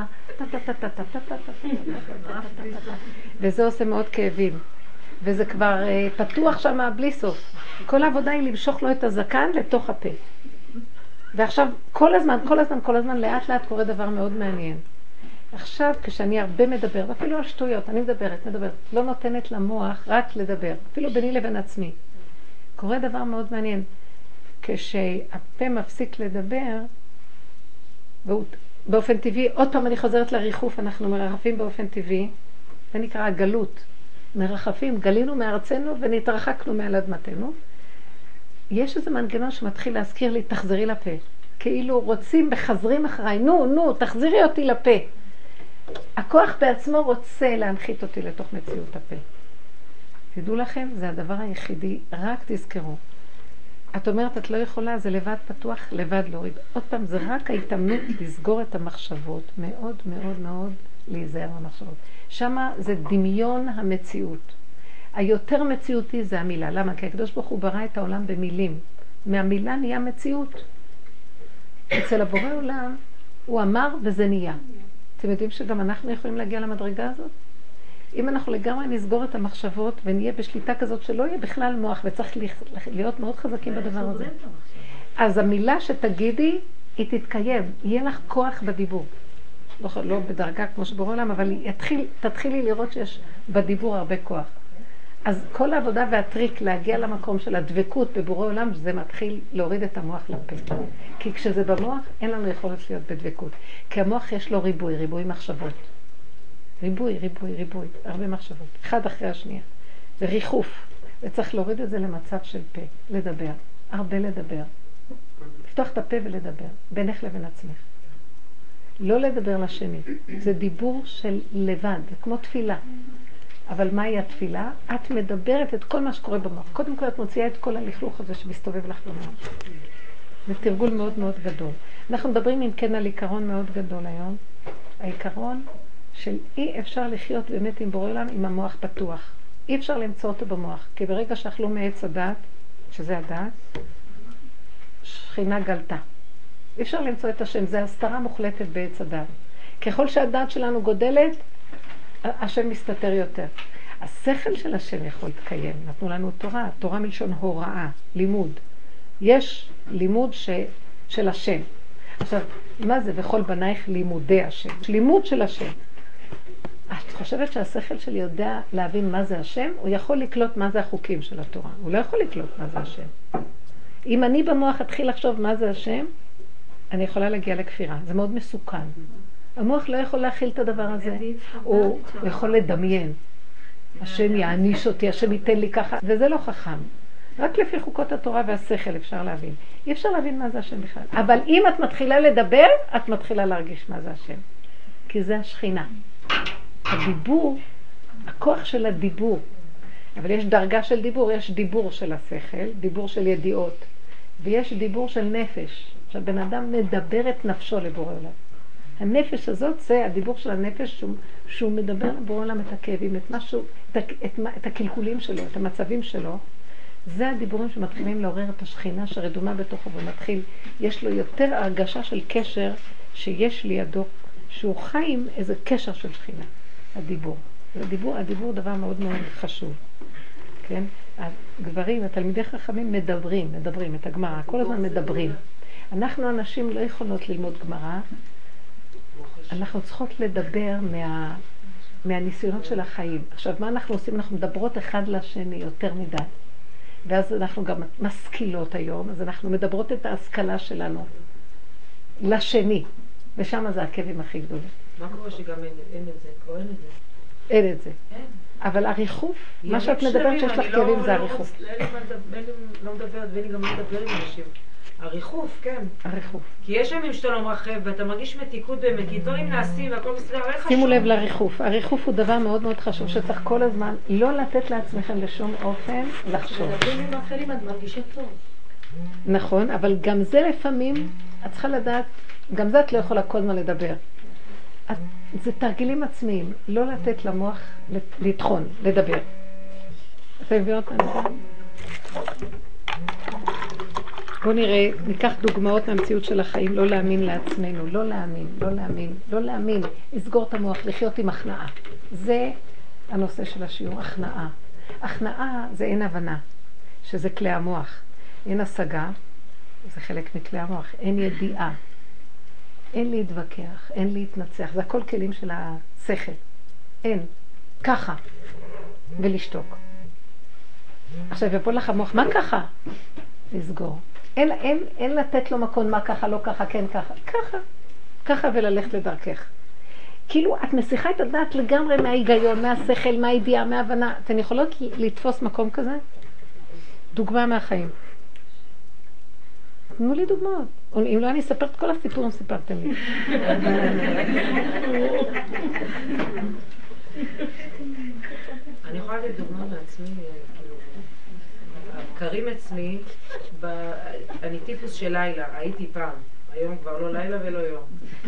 וזה עושה מאוד כאבים. וזה כבר פתוח שם בלי סוף. כל העבודה היא למשוך לו את הזקן לתוך הפה. ועכשיו, כל הזמן, כל הזמן, כל הזמן, לאט לאט קורה דבר מאוד מעניין. עכשיו, כשאני הרבה מדבר, ואפילו על שטויות, אני מדברת, מדברת, לא נותנת למוח רק לדבר, אפילו ביני לבין עצמי. קורה דבר מאוד מעניין. כשהפה מפסיק לדבר, באופן טבעי, עוד פעם אני חוזרת לריחוף, אנחנו מרחפים באופן טבעי, זה נקרא גלות. מרחפים, גלינו מארצנו ונתרחקנו מעל אדמתנו. יש איזה מנגנון שמתחיל להזכיר לי, תחזרי לפה. כאילו רוצים בחזרים אחריי, נו, נו, תחזירי אותי לפה. הכוח בעצמו רוצה להנחית אותי לתוך מציאות הפה. תדעו לכם, זה הדבר היחידי, רק תזכרו. את אומרת, את לא יכולה, זה לבד פתוח, לבד להוריד. עוד פעם, זה רק ההתאמנות לסגור את המחשבות, מאוד מאוד מאוד להיזהר במחשבות. שמה זה דמיון המציאות. היותר מציאותי זה המילה. למה? כי הקדוש ברוך הוא ברא את העולם במילים. מהמילה נהיה מציאות. אצל הבורא עולם, הוא אמר וזה נהיה. אתם יודעים שגם אנחנו יכולים להגיע למדרגה הזאת? אם אנחנו לגמרי נסגור את המחשבות ונהיה בשליטה כזאת שלא יהיה בכלל מוח וצריך להיות מאוד חזקים בדבר הזה. אז המילה שתגידי, היא תתקיים. יהיה לך כוח בדיבור. לא, לא בדרגה כמו שבורא עולם, אבל יתחיל, תתחילי לראות שיש בדיבור הרבה כוח. אז כל העבודה והטריק להגיע למקום של הדבקות בבורא עולם, זה מתחיל להוריד את המוח לפה. כי כשזה במוח, אין לנו יכולת להיות בדבקות. כי המוח יש לו ריבוי, ריבוי מחשבות. ריבוי, ריבוי, ריבוי, הרבה מחשבות. אחד אחרי השנייה. זה ריחוף. וצריך להוריד את זה למצב של פה. לדבר. הרבה לדבר. לפתוח את הפה ולדבר. בינך לבין עצמך. לא לדבר לשני. זה דיבור של לבד. זה כמו תפילה. אבל מהי התפילה? את מדברת את כל מה שקורה במוח. קודם כל את מוציאה את כל הלכלוך הזה שמסתובב לך במוח. זה תרגול מאוד מאוד גדול. אנחנו מדברים אם כן על עיקרון מאוד גדול היום. העיקרון של אי אפשר לחיות באמת עם בורא עולם עם המוח פתוח. אי אפשר למצוא אותו במוח. כי ברגע שאכלו מעץ הדעת, שזה הדעת, שכינה גלתה. אי אפשר למצוא את השם. זה הסתרה מוחלטת בעץ הדעת. ככל שהדעת שלנו גודלת, השם מסתתר יותר. השכל של השם יכול להתקיים. נתנו לנו תורה, תורה מלשון הוראה, לימוד. יש לימוד ש... של השם. עכשיו, מה זה? וכל בנייך לימודי השם. לימוד של השם. את חושבת שהשכל שלי יודע להבין מה זה השם? הוא יכול לקלוט מה זה החוקים של התורה. הוא לא יכול לקלוט מה זה השם. אם אני במוח אתחיל לחשוב מה זה השם, אני יכולה להגיע לכפירה. זה מאוד מסוכן. המוח לא יכול להכיל את הדבר הזה. הוא יכול לדמיין. השם יעניש אותי, השם ייתן לי ככה, וזה לא חכם. רק לפי חוקות התורה והשכל אפשר להבין. אי אפשר להבין מה זה השם בכלל. אבל אם את מתחילה לדבר, את מתחילה להרגיש מה זה השם. כי זה השכינה. הדיבור, הכוח של הדיבור. אבל יש דרגה של דיבור, יש דיבור של השכל, דיבור של ידיעות, ויש דיבור של נפש. שהבן אדם מדבר את נפשו לבורא עולם. הנפש הזאת זה הדיבור של הנפש שהוא, שהוא מדבר לבורא עולם את הכאבים, את משהו, את, את, את הקלקולים שלו, את המצבים שלו. זה הדיבורים שמתחילים לעורר את השכינה שרדומה בתוכו ומתחיל. יש לו יותר הרגשה של קשר שיש לידו, שהוא חי עם איזה קשר של שכינה, הדיבור. הדיבור, הדיבור דבר מאוד מאוד חשוב. כן? הגברים, התלמידי חכמים מדברים, מדברים את הגמרא, כל הזמן מדברים. אנחנו אנשים לא יכולות ללמוד גמרא, אנחנו צריכות לדבר מה, מהניסיונות של החיים. עכשיו, מה אנחנו עושים? אנחנו מדברות אחד לשני יותר מדי. ואז אנחנו גם משכילות היום, אז אנחנו מדברות את ההשכלה שלנו לשני, ושם זה הכאבים הכי גדולים. מה קורה שגם אין, אין את זה? כבר אין את זה. אין את זה. אין. אבל הריחוף, מה שאת מדברת שיש לך כאבים זה הריחוף. לא מדברת ואני גם לא מדבר עם אנשים. הריחוף, כן. הריחוף. כי יש ימים שאתה לא מרחב ואתה מרגיש מתיקות באמת, כי דברים נעשים והכל מסתדר, הרי חשוב. שימו לב לריחוף. הריחוף הוא דבר מאוד מאוד חשוב שצריך כל הזמן לא לתת לעצמכם לשום אופן לחשוב. מדברים עם אחרים, את מרגישה טוב. נכון, אבל גם זה לפעמים, את צריכה לדעת, גם זה את לא יכולה כל הזמן לדבר. את, זה תרגילים עצמיים, לא לתת למוח לטחון, לדבר. אתה מבין אותנו? בואו נראה, ניקח דוגמאות מהמציאות של החיים, לא להאמין לעצמנו, לא להאמין, לא להאמין, לא להאמין, לסגור את המוח, לחיות עם הכנעה. זה הנושא של השיעור, הכנעה. הכנעה זה אין הבנה, שזה כלי המוח. אין השגה, זה חלק מכלי המוח, אין ידיעה. אין להתווכח, אין להתנצח, זה הכל כלים של השכל. אין, ככה, ולשתוק. עכשיו יבוא לך המוח, מה ככה? לסגור. אין, אין, אין לתת לו מקום, מה ככה, לא ככה, כן ככה, ככה, ככה וללכת לדרכך. כאילו את מסיחה את הדעת לגמרי מההיגיון, מהשכל, מהידיעה, מההבנה. אתן יכולות לתפוס מקום כזה? דוגמה מהחיים. תנו לי דוגמאות. אם לא, אני אספר את כל הסיפורים סיפרתם לי. אני יכולה לתת דוגמה מעצמי, קרים אצלי, אני טיפוס של לילה, הייתי פעם, היום כבר לא לילה ולא יום.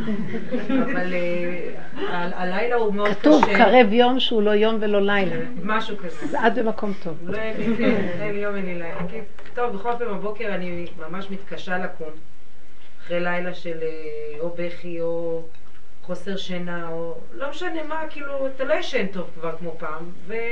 אבל הלילה הוא מאוד קשה. כתוב קרב יום שהוא לא יום ולא לילה. משהו כזה. זה עד במקום טוב. לא אין לי יום, אין לי לילה. טוב, בכל פעם בבוקר אני ממש מתקשה לקום. אחרי לילה של או בכי או חוסר שינה או לא משנה מה, כאילו אתה לא ישן טוב כבר כמו פעם.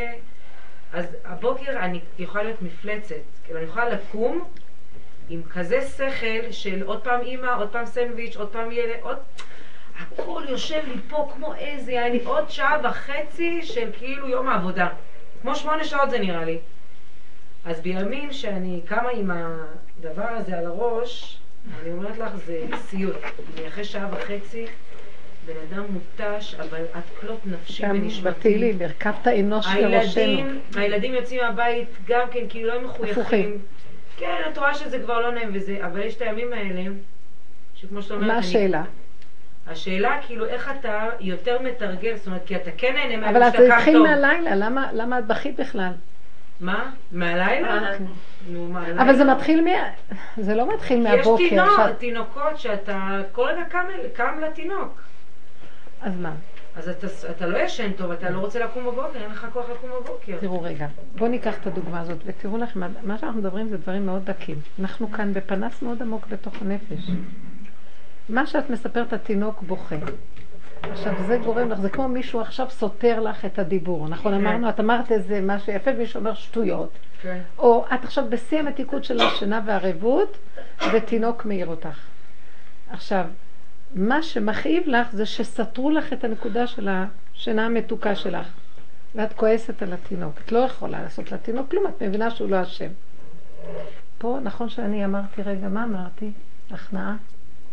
אז הבוקר אני יכולה להיות מפלצת, כאילו אני יכולה לקום עם כזה שכל של עוד פעם אמא, עוד פעם סנדוויץ', עוד פעם ילד, עוד... הכל יושב לי פה כמו איזה, היה לי עוד שעה וחצי של כאילו יום העבודה. כמו שמונה שעות זה נראה לי. אז בימים שאני קמה עם הדבר הזה על הראש, אני אומרת לך, זה סיוט. אני אחרי שעה וחצי, בן אדם מותש, אבל את כלות נפשי ונשמתי. בתהילים, הרכבת אנוש לראשנו. הילדים יוצאים מהבית גם כן, כאילו לא מחויכים. כן, את רואה שזה כבר לא נעים וזה, אבל יש את הימים האלה, שכמו שאתה אומרת... מה השאלה? השאלה, כאילו, איך אתה יותר מתרגל, זאת אומרת, כי אתה כן נהנה מהיום אבל שאתה קם טוב. אבל זה התחיל מהלילה, למה, למה את בכית בכלל? מה? מהלילה? נו, מהלילה? אבל זה מתחיל מה... זה לא מתחיל מהבוקר. יש תינוק, שאת... תינוקות שאתה כל רגע קם, קם לתינוק. אז מה? אז אתה, אתה לא ישן טוב, אתה לא רוצה לקום בבוקר, אין לך כוח לקום בבוקר. תראו רגע, בואו ניקח את הדוגמה הזאת ותראו לכם, מה שאנחנו מדברים זה דברים מאוד דקים. אנחנו כאן בפנס מאוד עמוק בתוך הנפש. מה שאת מספרת, התינוק בוכה. עכשיו זה גורם לך, זה כמו מישהו עכשיו סותר לך את הדיבור, נכון? אמרנו, את אמרת איזה משהו יפה ומישהו אומר שטויות. או את עכשיו בשיא המתיקות של השינה והערבות ותינוק מעיר אותך. עכשיו, מה שמכאיב לך זה שסתרו לך את הנקודה של השינה המתוקה שלך. ואת כועסת על התינוק. את לא יכולה לעשות לתינוק כלום, את מבינה שהוא לא אשם. פה נכון שאני אמרתי, רגע, מה אמרתי? הכנעה.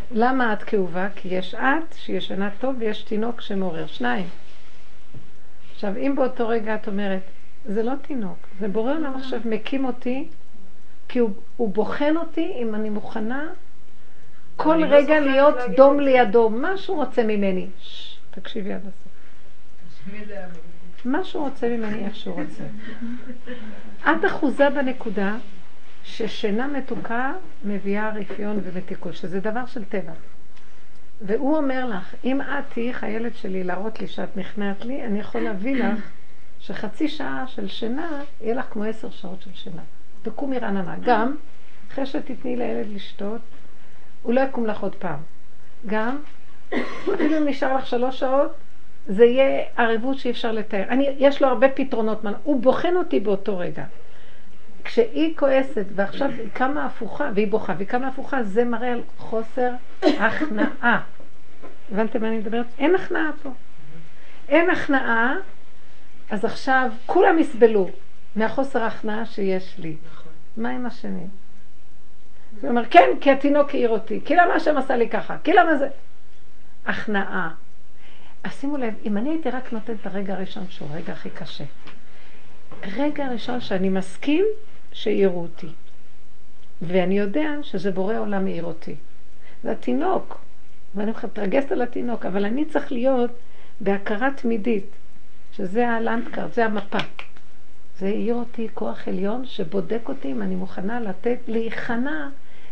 למה את כאובה? כי יש את שישנה טוב ויש תינוק שמעורר, שניים. עכשיו, אם באותו רגע את אומרת, זה לא תינוק, זה בורא עולם עכשיו מקים אותי, כי הוא, הוא בוחן אותי אם אני מוכנה כל רגע להיות דום לידו, מה שהוא רוצה ממני. ש, תקשיבי עד הסוף. מה שהוא רוצה ממני, איך שהוא רוצה. את אחוזה בנקודה ששינה מתוקה מביאה רפיון ומתיקות, שזה דבר של טבע. והוא אומר לך, אם את תהי חיילת שלי להראות לי שאת נכנעת לי, אני יכול להביא לך שחצי שעה של שינה יהיה לך כמו עשר שעות של שינה. תקומי רעננה. גם, אחרי שתתני לילד לשתות, הוא לא יקום לך עוד פעם. גם, אפילו אם נשאר לך שלוש שעות, זה יהיה ערבות שאי אפשר לתאר. אני, יש לו הרבה פתרונות, הוא בוחן אותי באותו רגע. כשהיא כועסת ועכשיו היא קמה הפוכה, והיא בוכה, והיא קמה הפוכה, זה מראה על חוסר הכנעה. הבנתם מה אני מדברת? אין הכנעה פה. אין הכנעה, אז עכשיו כולם יסבלו מהחוסר הכנעה שיש לי. מה עם השני? הוא אומר, כן, כי התינוק העיר אותי. כי למה השם עשה לי ככה? כי למה זה? הכנעה. אז שימו לב, אם אני הייתי רק נותנת את הרגע הראשון שהוא הרגע הכי קשה. רגע הראשון שאני מסכים שיראו אותי. ואני יודע שזה בורא עולם העיר אותי. זה התינוק. ואני מתרגשת על התינוק, אבל אני צריך להיות בהכרה תמידית, שזה הלנדקארט, זה המפה. זה העיר אותי כוח עליון שבודק אותי אם אני מוכנה לתת, להיכנע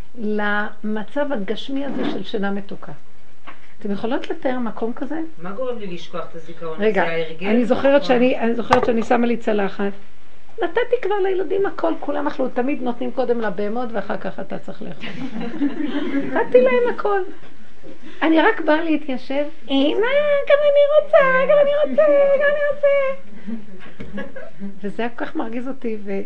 למצב הגשמי הזה של שינה מתוקה. אתם יכולות לתאר מקום כזה? מה גורם לי לשכוח את הזיכרון? רגע, אני זוכרת שאני, אני זוכרת שאני שמה לי צלחת. נתתי כבר לילדים הכל, כולם אכלו, תמיד נותנים קודם לבהמות ואחר כך אתה צריך לאכול. נתתי להם הכל. אני רק באה להתיישב, אמא, גם אני רוצה, גם אני רוצה, גם אני רוצה. וזה היה כל כך מרגיז אותי, ו...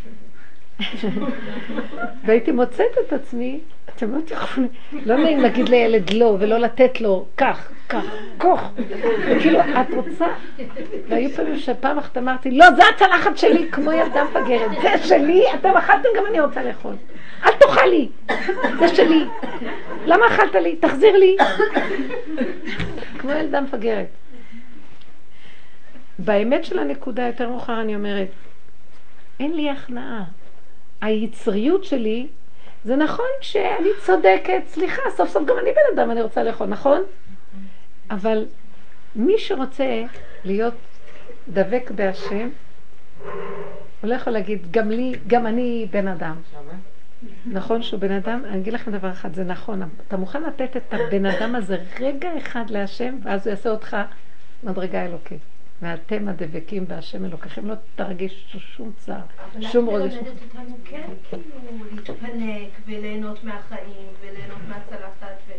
והייתי מוצאת את עצמי, אתם לא תיכולים, לא נעים להגיד לילד לא, ולא לתת לו כך, כך, כוח. וכאילו, את רוצה, והיו פעמים שפעם אחת אמרתי, לא, זה הצלחת שלי, כמו ילדה מפגרת, זה שלי, אתם אכלתם, גם אני רוצה לאכול. אל תאכל לי, זה שלי. למה אכלת לי? תחזיר לי. כמו ילדה מפגרת. באמת של הנקודה יותר מאוחר אני אומרת, אין לי הכנעה. היצריות שלי, זה נכון שאני צודקת, סליחה, סוף סוף גם אני בן אדם, אני רוצה לאכול, נכון? אבל מי שרוצה להיות דבק בהשם, הוא לא יכול להגיד, גם לי, גם אני בן אדם. נכון שהוא בן אדם? אני אגיד לכם דבר אחד, זה נכון. אתה מוכן לתת את הבן אדם הזה רגע אחד להשם, ואז הוא יעשה אותך מדרגה אלוקית. ואתם הדבקים בהשם אלוקיכם, לא תרגישו שום צער, שום רגש. את לומדת אותנו כן כאילו להתפנק וליהנות מהחיים וליהנות מהצלחת ו...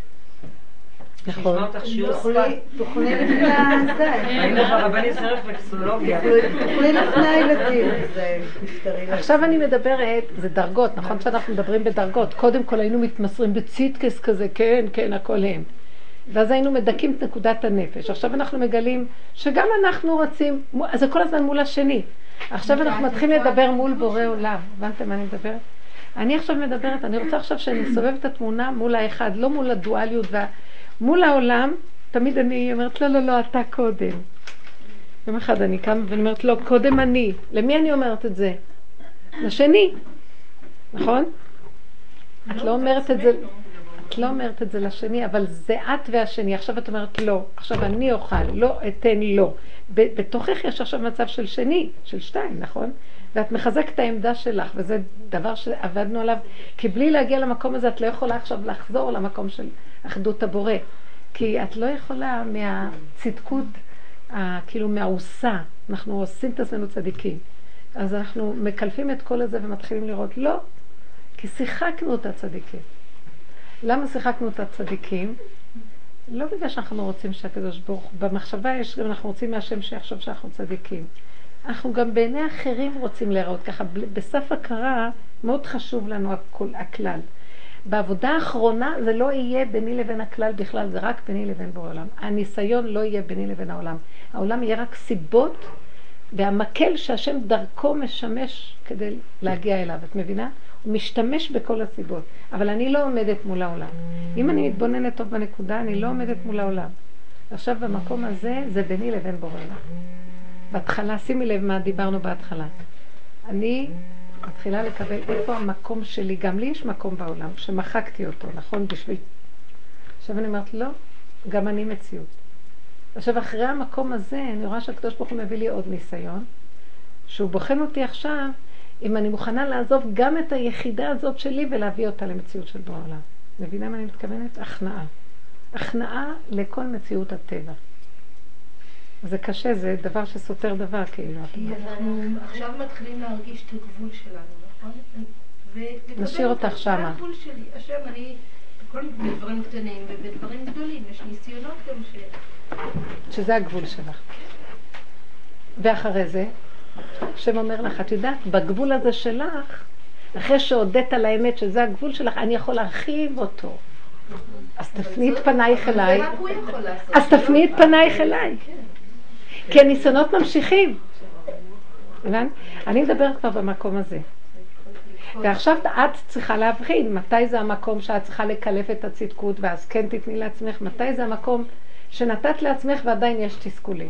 נכון. תוכלי לפני הזה. אני לך רבנית זה רפלקסולוגיה. תוכלי לפני הילדים. זה נפטרי. עכשיו אני מדברת, זה דרגות, נכון שאנחנו מדברים בדרגות. קודם כל היינו מתמסרים בציטקס כזה, כן, כן, הכל הם. ואז היינו מדקים את נקודת הנפש. עכשיו אנחנו מגלים שגם אנחנו רצים, זה כל הזמן מול השני. עכשיו אנחנו מתחילים לדבר מול בורא עולם. הבנתם מה אני מדברת? אני עכשיו מדברת, אני רוצה עכשיו שאני אסובב את התמונה מול האחד, לא מול הדואליות. וה... מול העולם, תמיד אני אומרת, לא, לא, לא, אתה קודם. יום אחד אני קמה ואני אומרת, לא, קודם אני. למי אני אומרת את זה? לשני. נכון? את לא אומרת את זה... את לא אומרת את זה לשני, אבל זה את והשני. עכשיו את אומרת לא, עכשיו אני אוכל, לא אתן לא. בתוכך יש עכשיו מצב של שני, של שתיים, נכון? ואת מחזקת את העמדה שלך, וזה דבר שעבדנו עליו, כי בלי להגיע למקום הזה את לא יכולה עכשיו לחזור למקום של אחדות הבורא. כי את לא יכולה מהצדקות, כאילו מהעושה, אנחנו עושים את עצמנו צדיקים. אז אנחנו מקלפים את כל הזה ומתחילים לראות לא, כי שיחקנו את הצדיקים. למה שיחקנו את הצדיקים? לא בגלל שאנחנו רוצים שהקדוש ברוך הוא, במחשבה יש גם אנחנו רוצים מהשם שיחשוב שאנחנו צדיקים. אנחנו גם בעיני אחרים רוצים להיראות ככה, בסף הכרה מאוד חשוב לנו הכל, הכלל. בעבודה האחרונה זה לא יהיה ביני לבין הכלל בכלל, זה רק ביני לבין בורא עולם. הניסיון לא יהיה ביני לבין העולם. העולם יהיה רק סיבות, והמקל שהשם דרכו משמש כדי להגיע אליו, את מבינה? משתמש בכל הסיבות, אבל אני לא עומדת מול העולם. אם אני מתבוננת טוב בנקודה, אני לא עומדת מול העולם. עכשיו במקום הזה, זה ביני לבין בורא עולם. בהתחלה, שימי לב מה דיברנו בהתחלה. אני מתחילה לקבל איפה המקום שלי, גם לי יש מקום בעולם, שמחקתי אותו, נכון? בשביל... עכשיו אני אומרת, לא, גם אני מציאות. עכשיו אחרי המקום הזה, אני רואה שהקדוש ברוך הוא מביא לי עוד ניסיון, שהוא בוחן אותי עכשיו, אם אני מוכנה לעזוב גם את היחידה הזאת שלי ולהביא אותה למציאות של בורא עולם. מבינה מה אני מתכוונת? הכנעה. הכנעה לכל מציאות הטבע. זה קשה, זה דבר שסותר דבר כאילו. אנחנו עכשיו מתחילים להרגיש את הגבול שלנו, נכון? נשאיר אותך שמה. זה הגבול שלי. השם, אני, בכל מיני דברים קטנים ובדברים גדולים, יש ניסיונות גם ש... שזה הגבול שלך. ואחרי זה, השם אומר לך, את יודעת, בגבול הזה שלך, אחרי שהודית על האמת שזה הגבול שלך, אני יכול להרחיב אותו. אז תפני את פנייך אליי. זה רק הוא יכול לעשות. אז תפני את פנייך אליי. כי הניסיונות ממשיכים. הבנת? אני מדברת כבר במקום הזה. ועכשיו את צריכה להבחין מתי זה המקום שאת צריכה לקלף את הצדקות, ואז כן תתני לעצמך, מתי זה המקום שנתת לעצמך ועדיין יש תסכולי.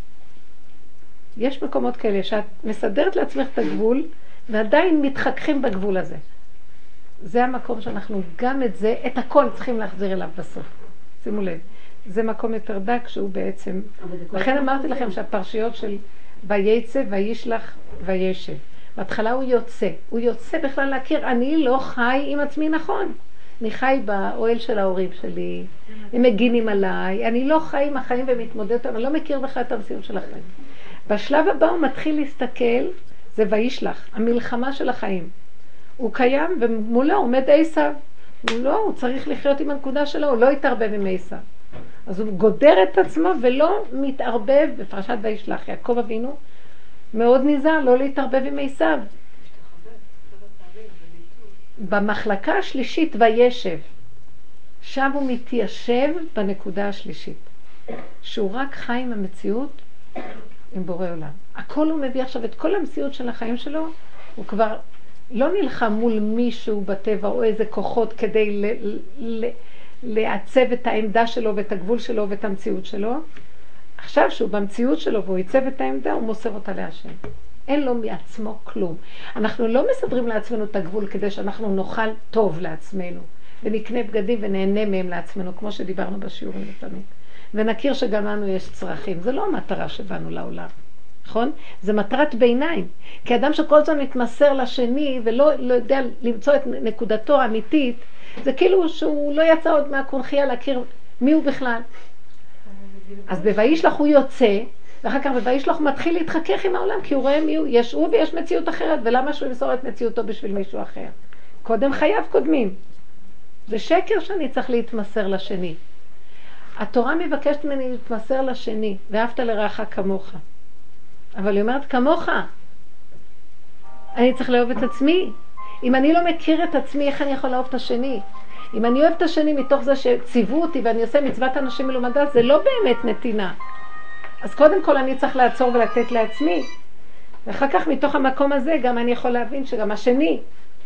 יש מקומות כאלה שאת מסדרת לעצמך את הגבול ועדיין מתחככים בגבול הזה. זה המקום שאנחנו גם את זה, את הכל צריכים להחזיר אליו בסוף. שימו לב, זה מקום יותר דק שהוא בעצם, לכן אמרתי לכם שהפרשיות של וייצא, וישלח, וישב. בהתחלה הוא יוצא, הוא יוצא בכלל להכיר, אני לא חי עם עצמי נכון. אני חי באוהל של ההורים שלי, הם מגינים עליי, אני לא חי עם החיים ומתמודד, אני לא מכיר בכלל את המציאות של החיים. בשלב הבא הוא מתחיל להסתכל, זה וישלח, המלחמה של החיים. הוא קיים ומולו עומד עשיו, הוא לא, הוא צריך לחיות עם הנקודה שלו, הוא לא יתערבב עם עשיו. אז הוא גודר את עצמו ולא מתערבב בפרשת וישלח. יעקב אבינו מאוד נזהר לא להתערבב עם עשיו. במחלקה השלישית וישב, שם הוא מתיישב בנקודה השלישית, שהוא רק חי עם המציאות עם בורא עולם. הכל הוא מביא עכשיו את כל המציאות של החיים שלו, הוא כבר לא נלחם מול מישהו בטבע או איזה כוחות כדי ל- ל- לעצב את העמדה שלו ואת הגבול שלו ואת המציאות שלו. עכשיו שהוא במציאות שלו והוא ייצב את העמדה, הוא מוסר אותה להשם. אין לו מעצמו כלום. אנחנו לא מסדרים לעצמנו את הגבול כדי שאנחנו נאכל טוב לעצמנו ונקנה בגדים ונהנה מהם לעצמנו, כמו שדיברנו בשיעורים לפעמים. ונכיר שגם לנו יש צרכים. זה לא המטרה שבאנו לעולם. נכון? זה מטרת ביניים. כי אדם שכל הזמן מתמסר לשני ולא לא יודע למצוא את נקודתו האמיתית, זה כאילו שהוא לא יצא עוד מהקונחייה להכיר מי הוא בכלל. אז בוישלח הוא יוצא, ואחר כך בוישלח הוא מתחיל להתחכך עם העולם, כי הוא רואה מי הוא, יש הוא ויש מציאות אחרת, ולמה שהוא ימסור את מציאותו בשביל מישהו אחר? קודם חייו קודמים. זה שקר שאני צריך להתמסר לשני. התורה מבקשת ממני להתמסר לשני, ואהבת לרעך כמוך. אבל היא אומרת כמוך. אני צריך לאהוב את עצמי. אם אני לא מכיר את עצמי, איך אני יכול לאהוב את השני? אם אני אוהב את השני מתוך זה שציוו אותי ואני עושה מצוות אנשים מלומדה, זה לא באמת נתינה. אז קודם כל אני צריך לעצור ולתת לעצמי. ואחר כך מתוך המקום הזה גם אני יכול להבין שגם השני,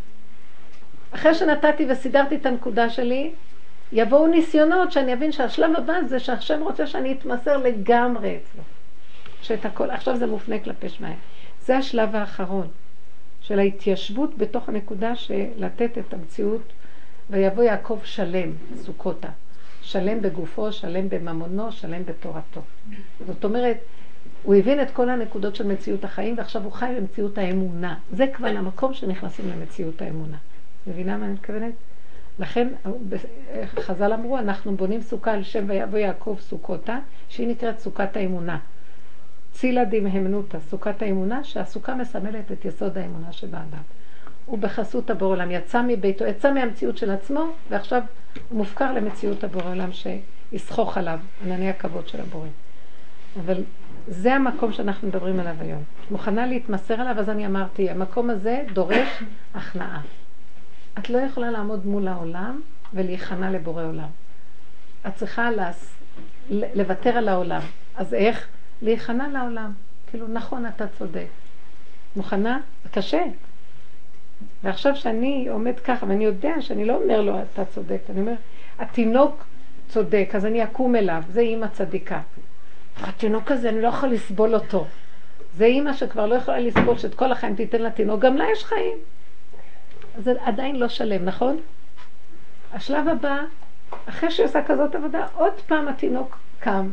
אחרי שנתתי וסידרתי את הנקודה שלי, יבואו ניסיונות שאני אבין שהשלב הבא זה שהשם רוצה שאני אתמסר לגמרי אצלו. שאת הכל, עכשיו זה מופנה כלפי שמיים. זה השלב האחרון של ההתיישבות בתוך הנקודה של לתת את המציאות, ויבוא יעקב שלם, סוכותה. שלם בגופו, שלם בממונו, שלם בתורתו. זאת אומרת, הוא הבין את כל הנקודות של מציאות החיים, ועכשיו הוא חי במציאות האמונה. זה כבר המקום שנכנסים למציאות האמונה. מבינה מה אני מתכוונת? לכן חז"ל אמרו, אנחנו בונים סוכה על שם ויבוא יעקב סוכותה, שהיא נקראת סוכת האמונה. צילה דמהמנותה, סוכת האמונה, שהסוכה מסמלת את יסוד האמונה שבאדם. הוא בחסות הבורא עולם, יצא מביתו, יצא מהמציאות של עצמו, ועכשיו הוא מופקר למציאות הבורא עולם שיסחוך עליו, ענני הכבוד של הבורא. אבל זה המקום שאנחנו מדברים עליו היום. מוכנה להתמסר עליו, אז אני אמרתי, המקום הזה דורש הכנעה. את לא יכולה לעמוד מול העולם ולהיכנע לבורא עולם. את צריכה להס... לוותר על העולם. אז איך? להיכנע לעולם. כאילו, נכון, אתה צודק. מוכנה? זה קשה. ועכשיו שאני עומד ככה, ואני יודע שאני לא אומר לו, אתה צודק, אני אומר, התינוק צודק, אז אני אקום אליו, זה אימא צדיקה. התינוק הזה, אני לא יכול לסבול אותו. זה אימא שכבר לא יכולה לסבול, שאת כל החיים תיתן לתינוק, גם לה יש חיים. זה עדיין לא שלם, נכון? השלב הבא, אחרי שהיא עושה כזאת עבודה, עוד פעם התינוק קם.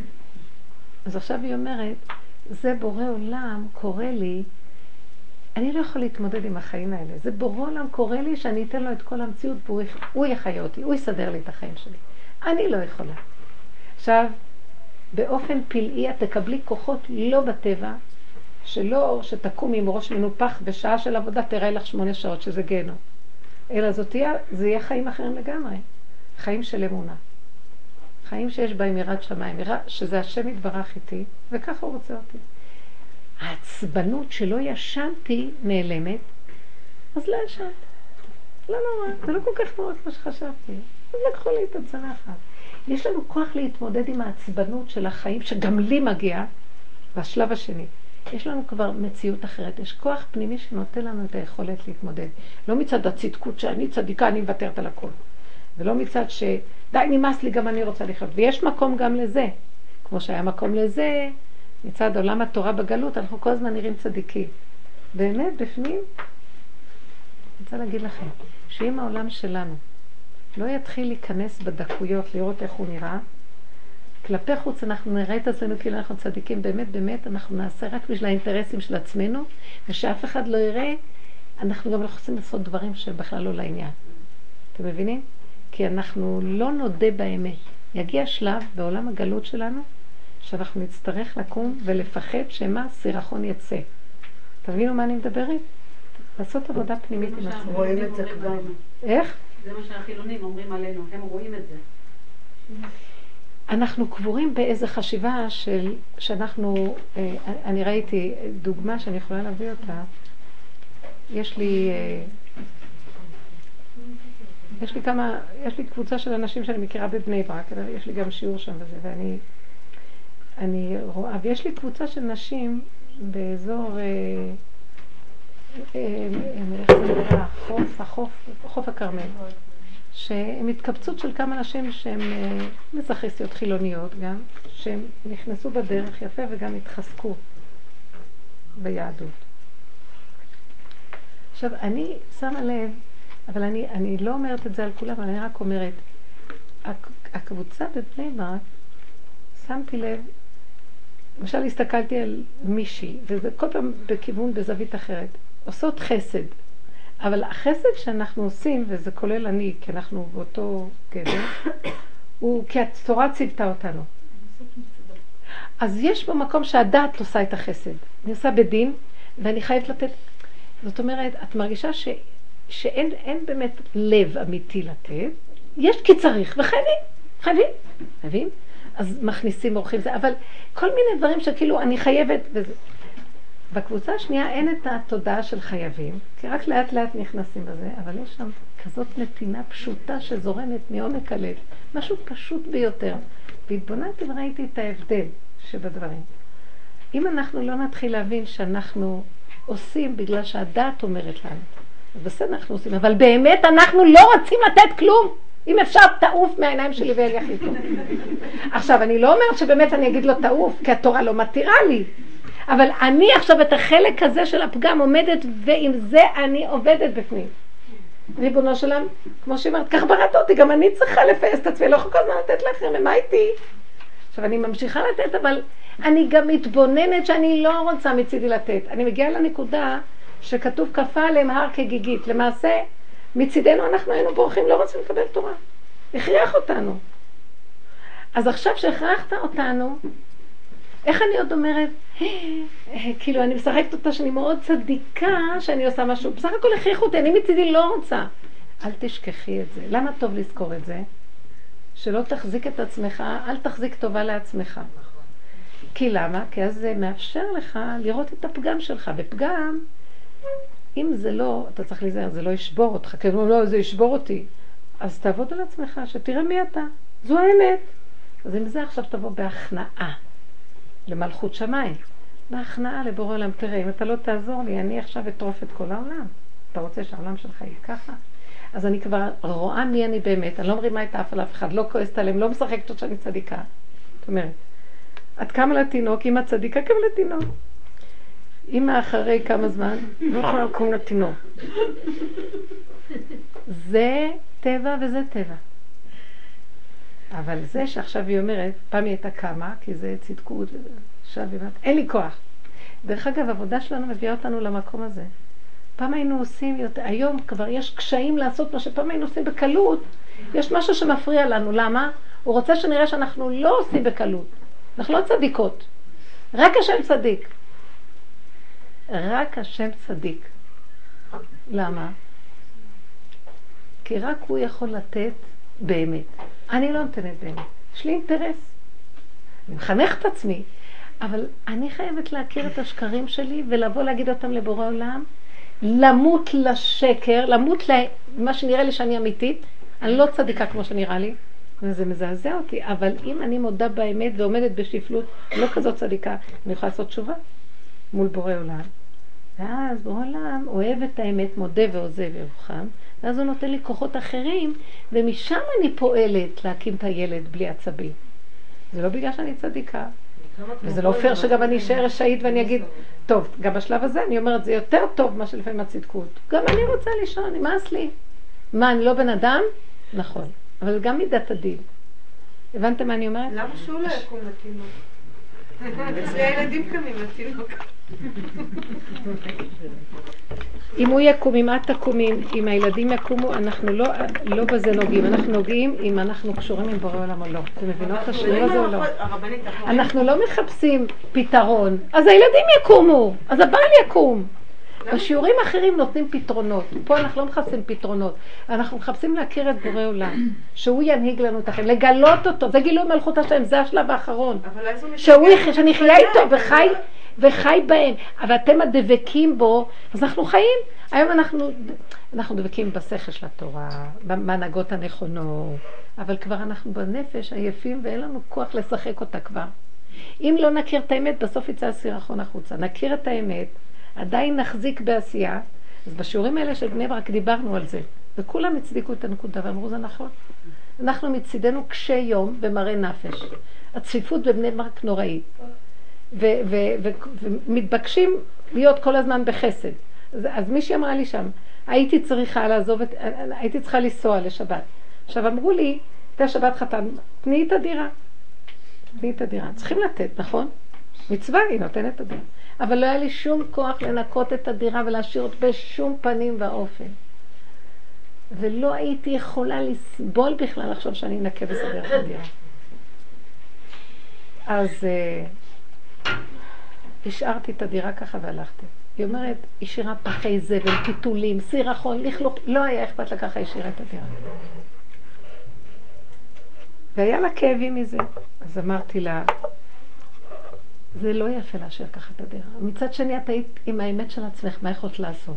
אז עכשיו היא אומרת, זה בורא עולם קורא לי, אני לא יכול להתמודד עם החיים האלה. זה בורא עולם קורא לי שאני אתן לו את כל המציאות, והוא יחיה אותי, הוא יסדר לי את החיים שלי. אני לא יכולה. עכשיו, באופן פלאי את תקבלי כוחות לא בטבע, שלא שתקום עם ראש מנופח בשעה של עבודה תראה לך שמונה שעות שזה גנו. אלא זאת יהיה, זה יהיה חיים אחרים לגמרי. חיים של אמונה. חיים שיש בהם יראת שמיים, שזה השם יתברך איתי, וככה הוא רוצה אותי. העצבנות שלא ישנתי נעלמת, אז לא ישנתי. לא נורא, זה לא כל כך נורא כמו שחשבתי. אז לקחו לי את הצלחת. יש לנו כוח להתמודד עם העצבנות של החיים, שגם לי מגיע, והשלב השני. יש לנו כבר מציאות אחרת, יש כוח פנימי שנותן לנו את היכולת להתמודד. לא מצד הצדקות שאני צדיקה, אני מוותרת על הכל. ולא מצד שדי נמאס לי, גם אני רוצה לחיות. ויש מקום גם לזה. כמו שהיה מקום לזה, מצד עולם התורה בגלות, אנחנו כל הזמן נראים צדיקים. באמת, בפנים, אני רוצה להגיד לכם, שאם העולם שלנו לא יתחיל להיכנס בדקויות, לראות איך הוא נראה, כלפי חוץ אנחנו נראה את עצמנו כאילו אנחנו צדיקים, באמת, באמת, אנחנו נעשה רק בשביל האינטרסים של עצמנו, ושאף אחד לא יראה, אנחנו גם לא רוצים לעשות דברים שבכלל לא לעניין. אתם מבינים? כי אנחנו לא נודה באמת. יגיע שלב בעולם הגלות שלנו, שאנחנו נצטרך לקום ולפחד שמה סירחון יצא. תבינו מה אני מדברת? לעשות עבודה פנימית עם עצמנו. רואים את זה כבר. איך? זה מה שהחילונים אומרים עלינו, הם רואים את זה. אנחנו קבורים באיזו חשיבה של, שאנחנו, אני ראיתי דוגמה שאני יכולה להביא אותה, יש לי, יש לי כמה, יש לי קבוצה של אנשים שאני מכירה בבני ברק, יש לי גם שיעור שם בזה, ואני, אני רואה, ויש לי קבוצה של נשים באזור, איך זה נראה, החוף, החוף, חוף הכרמל. שהם התקבצות של כמה נשים שהן מזכיסטיות חילוניות גם, שהן נכנסו בדרך יפה וגם התחזקו ביהדות. עכשיו, אני שמה לב, אבל אני, אני לא אומרת את זה על כולם, אבל אני רק אומרת, הקבוצה בבני ברק, שמתי לב, למשל הסתכלתי על מישהי, וזה כל פעם בכיוון בזווית אחרת, עושות חסד. אבל החסד שאנחנו עושים, וזה כולל אני, כי אנחנו באותו גדר, הוא כי התורה ציוותה אותנו. אז יש במקום שהדעת עושה את החסד. אני עושה בדין, ואני חייבת לתת, זאת אומרת, את מרגישה ש, שאין אין באמת לב אמיתי לתת, יש כי צריך, וחייבים, חייבים, חייבים. אז מכניסים אורחים זה, אבל כל מיני דברים שכאילו אני חייבת, וזה. בקבוצה השנייה אין את התודעה של חייבים, כי רק לאט לאט נכנסים בזה, אבל יש שם כזאת נתינה פשוטה שזורמת מעומק הלב, משהו פשוט ביותר. והתבוננתי וראיתי את ההבדל שבדברים. אם אנחנו לא נתחיל להבין שאנחנו עושים בגלל שהדעת אומרת לנו, אז בסדר אנחנו עושים, אבל באמת אנחנו לא רוצים לתת כלום. אם אפשר תעוף מהעיניים שלי ואל יחידו. עכשיו, אני לא אומרת שבאמת אני אגיד לו תעוף, כי התורה לא מתירה לי. אבל אני עכשיו את החלק הזה של הפגם עומדת, ועם זה אני עובדת בפנים. ריבונו שלם, כמו שאומרת, כך בראת אותי, גם אני צריכה לפייס את עצמי, לא יכול כל הזמן לתת לכם, מה איתי? עכשיו אני ממשיכה לתת, אבל אני גם מתבוננת שאני לא רוצה מצידי לתת. אני מגיעה לנקודה שכתוב כפה עליהם הר כגיגית. למעשה, מצידנו אנחנו היינו בורחים, לא רוצים לקבל תורה. הכריח אותנו. אז עכשיו שהכרחת אותנו, איך אני עוד אומרת, כאילו אני משחקת אותה שאני מאוד צדיקה שאני עושה משהו, בסך הכל הכריחו אותי, אני מצידי לא רוצה. אל תשכחי את זה. למה טוב לזכור את זה? שלא תחזיק את עצמך, אל תחזיק טובה לעצמך. כי למה? כי אז זה מאפשר לך לראות את הפגם שלך. בפגם, אם זה לא, אתה צריך להיזהר, זה לא ישבור אותך, כי לא, זה ישבור אותי. אז תעבוד על עצמך, שתראה מי אתה. זו האמת. אז אם זה עכשיו תבוא בהכנעה. למלכות שמיים. בהכנעה לבורא עולם, תראה, אם אתה לא תעזור לי, אני עכשיו אטרוף את כל העולם. אתה רוצה שהעולם שלך יהיה ככה? אז אני כבר רואה מי אני באמת, אני לא מרימה את האף על אף אחד, לא כועסת עליהם, לא משחקת עוד שאני צדיקה. זאת אומרת, את קמה לתינוק, אמא צדיקה, קמה לתינוק. אמא אחרי כמה זמן, לא יכולה לקום לתינוק. זה טבע וזה טבע. אבל זה שעכשיו היא אומרת, פעם היא הייתה קמה, כי זה צדקות, עכשיו היא אומרת, אין לי כוח. דרך אגב, העבודה שלנו מביאה אותנו למקום הזה. פעם היינו עושים יותר, היום כבר יש קשיים לעשות מה שפעם היינו עושים בקלות. יש משהו שמפריע לנו, למה? הוא רוצה שנראה שאנחנו לא עושים בקלות. אנחנו לא צדיקות. רק השם צדיק. רק השם צדיק. למה? כי רק הוא יכול לתת באמת. אני לא נותנת באמת. יש לי אינטרס. אני מחנך את עצמי. אבל אני חייבת להכיר את השקרים שלי ולבוא להגיד אותם לבורא עולם. למות לשקר, למות למה שנראה לי שאני אמיתית. אני לא צדיקה כמו שנראה לי. וזה מזעזע אותי. אבל אם אני מודה באמת ועומדת בשפלות, לא כזאת צדיקה, אני יכולה לעשות תשובה מול בורא עולם. ואז בורא עולם אוהב את האמת, מודה ועוזב ורוחם. ואז הוא נותן לי כוחות אחרים, ומשם אני פועלת להקים את הילד בלי עצבים. זה לא בגלל שאני צדיקה. וזה לא פייר שגם אני אשאר רשאית ואני אגיד, טוב, גם בשלב הזה אני אומרת, זה יותר טוב מה שלפעמים הצדקות. גם אני רוצה לישון, נמאס לי. מה, אני לא בן אדם? נכון. אבל גם מידת הדין. הבנתם מה אני אומרת? למה שהוא לא יקום לתינוק? אצלי הילדים קמים לתינוק. אם הוא יקום, אם את תקומים, אם הילדים יקומו, אנחנו לא, לא בזה נוגעים. אנחנו נוגעים אם אנחנו קשורים עם בורא עולם או לא. אתם מבינות את השני הזה או לא? אנחנו לא מחפשים פתרון. אז הילדים יקומו, אז הבעל יקום. בשיעורים אחרים נותנים פתרונות. פה אנחנו לא מחפשים פתרונות. אנחנו מחפשים להכיר את בורא עולם. שהוא ינהיג לנו את החיים. לגלות אותו. זה גילוי מלכות השם. זה השלב האחרון. שהוא שנחיה איתו וחי, וחי בהם. אבל אתם הדבקים בו. אז אנחנו חיים. היום אנחנו, אנחנו דבקים בשכל של התורה. בהנהגות הנכונות. אבל כבר אנחנו בנפש עייפים ואין לנו כוח לשחק אותה כבר. אם לא נכיר את האמת, בסוף יצא הסירחון החוצה. נכיר את האמת. עדיין נחזיק בעשייה, אז בשיעורים האלה של בני ברק דיברנו על זה, וכולם הצדיקו את הנקודה ואמרו זה נכון. אנחנו מצידנו קשי יום ומראה נפש. הצפיפות בבני ברק נוראית. ומתבקשים להיות כל הזמן בחסד. אז, אז מישהי אמרה לי שם, הייתי צריכה לעזוב, את, הייתי צריכה לנסוע לשבת. עכשיו אמרו לי, אתה שבת חתן, תני את הדירה. תני את הדירה. צריכים לתת, נכון? מצווה היא נותנת את הדירה. אבל לא היה לי שום כוח לנקות את הדירה ולהשאיר אותה בשום פנים ואופן. ולא הייתי יכולה לסבול בכלל לחשוב שאני אנקה בסדר את הדירה. אז uh, השארתי את הדירה ככה והלכתי. היא אומרת, השאירה פחי זבל, פיתולים, סירחון, לכלוך, לא היה אכפת לה ככה, השאירה את הדירה. והיה לה כאבים מזה. אז אמרתי לה, זה לא יפה להשאיר ככה את הדירה. מצד שני, את היית עם האמת של עצמך, מה יכולת לעשות?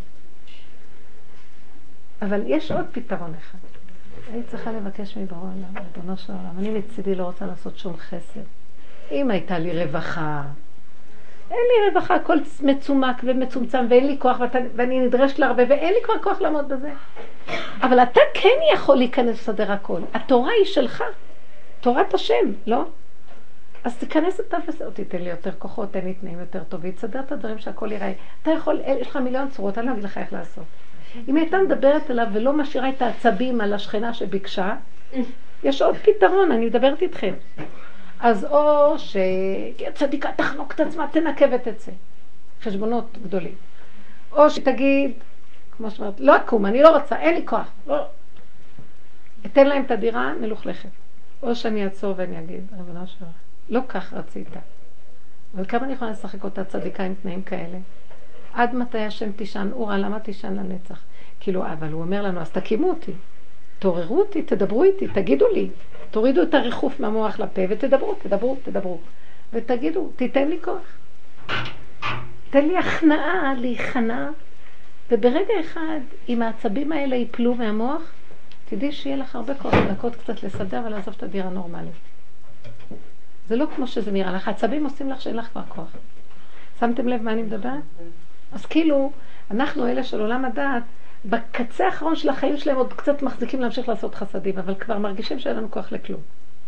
אבל יש עוד פתרון אחד. היית צריכה לבקש מבורא עולם, ריבונו של עולם. אני מצידי לא רוצה לעשות שום חסד. אם הייתה לי רווחה, אין לי רווחה, הכל מצומק ומצומצם, ואין לי כוח, ואני נדרשת להרבה, ואין לי כבר כוח לעמוד בזה. אבל אתה כן יכול להיכנס לסדר הכל. התורה היא שלך. תורת השם, לא? אז תיכנס את תפס, או תיתן לי יותר כוחות, תן לי תנאים יותר טובים, תסדר את הדברים שהכל יראה. אתה יכול, יש לך מיליון צורות, אני לא אגיד לך איך לעשות. אם הייתה מדברת אליו ולא משאירה את העצבים על השכנה שביקשה, יש עוד פתרון, אני מדברת איתכם. אז או שצדיקה תחנוק את עצמה, תנקבת את זה. חשבונות גדולים. או שתגיד, כמו שאומרת, לא אקום, אני לא רוצה, אין לי כוח. לא. אתן להם את הדירה מלוכלכת. או שאני אעצור ואני אגיד, רבנו שלך. לא כך רצית. אבל כמה אני יכולה לשחק אותה צדיקה עם תנאים כאלה? עד מתי השם תישן? אורה, למה תישן לנצח? כאילו, אבל הוא אומר לנו, אז תקימו אותי. תעוררו אותי, תדברו איתי, תגידו לי. תורידו את הריחוף מהמוח לפה ותדברו, תדברו, תדברו. ותגידו, תיתן לי כוח. תן לי הכנעה, להיכנע. וברגע אחד, אם העצבים האלה ייפלו מהמוח, תדעי שיהיה לך הרבה כוח לנקות קצת לסדר ולעזוב את הדירה נורמלית. זה לא כמו שזה נראה לך. העצבים עושים לך שאין לך כבר כוח. שמתם לב מה אני מדברת? אז כאילו, אנחנו אלה של עולם הדעת, בקצה האחרון של החיים שלהם עוד קצת מחזיקים להמשיך לעשות חסדים, אבל כבר מרגישים שאין לנו כוח לכלום.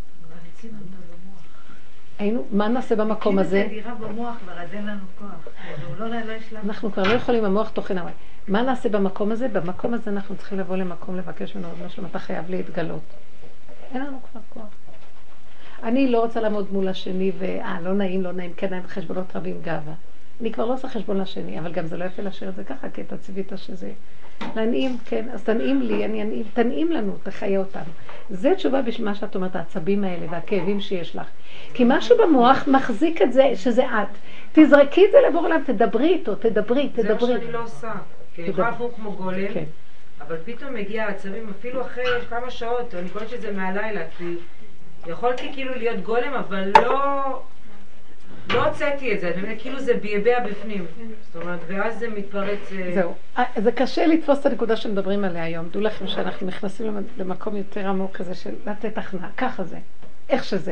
היינו, מה נעשה במקום הזה? כי זה דירה במוח כבר, אז אין לנו כוח. לא, לא, לא יש לנו. אנחנו כבר לא יכולים, המוח תוכן המים. מה נעשה במקום הזה? במקום הזה אנחנו צריכים לבוא למקום לבקש ממנו עוד משהו, אתה חייב להתגלות. אין לנו כבר כוח. אני לא רוצה לעמוד מול השני, ואה, לא נעים, לא נעים, כן, אין חשבונות רבים, גאווה. אני כבר לא עושה חשבון לשני, אבל גם זה לא יפה להשאיר את זה ככה, כי אתה ציווית שזה... להנעים, כן, אז תנעים לי, אני אנעים, תנעים לנו, תחיה אותנו. זה תשובה בשביל מה שאת אומרת, העצבים האלה והכאבים שיש לך. כי משהו במוח מחזיק את זה, שזה את. תזרקי את זה לבור עליו, תדברי איתו, תדברי, תדברי. זה מה שאני לא עושה. כי אני יכולה לפעול כמו גולם, אבל פתאום מגיע העצבים, אפילו אחרי כמה שעות, אני קוראת שזה מהלילה, כי יכולתי כאילו להיות גולם, אבל לא... לא הוצאתי את זה, כאילו זה ביבע בפנים. זאת אומרת, ואז זה מתפרץ... זהו. זה קשה לתפוס את הנקודה שמדברים עליה היום. דעו לכם שאנחנו נכנסים למקום יותר עמוק כזה של לתת הכנעה. ככה זה. איך שזה.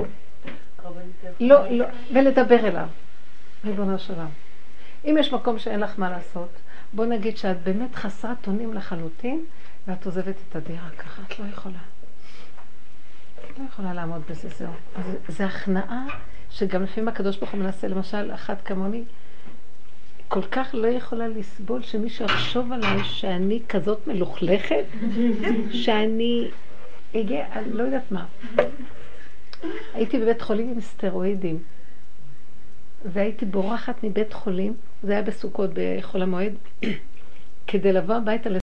לא, לא. ולדבר אליו. ריבונו של עולם. אם יש מקום שאין לך מה לעשות, בוא נגיד שאת באמת חסרת אונים לחלוטין, ואת עוזבת את הדירה ככה. את לא יכולה. את לא יכולה לעמוד בזה, זהו. זה הכנעה. שגם לפעמים הקדוש ברוך הוא מנסה, למשל, אחת כמוני, כל כך לא יכולה לסבול שמישהו יחשוב עליי שאני כזאת מלוכלכת, שאני הגיע, אני לא יודעת מה. הייתי בבית חולים עם סטרואידים, והייתי בורחת מבית חולים, זה היה בסוכות בחול המועד, כדי לבוא הביתה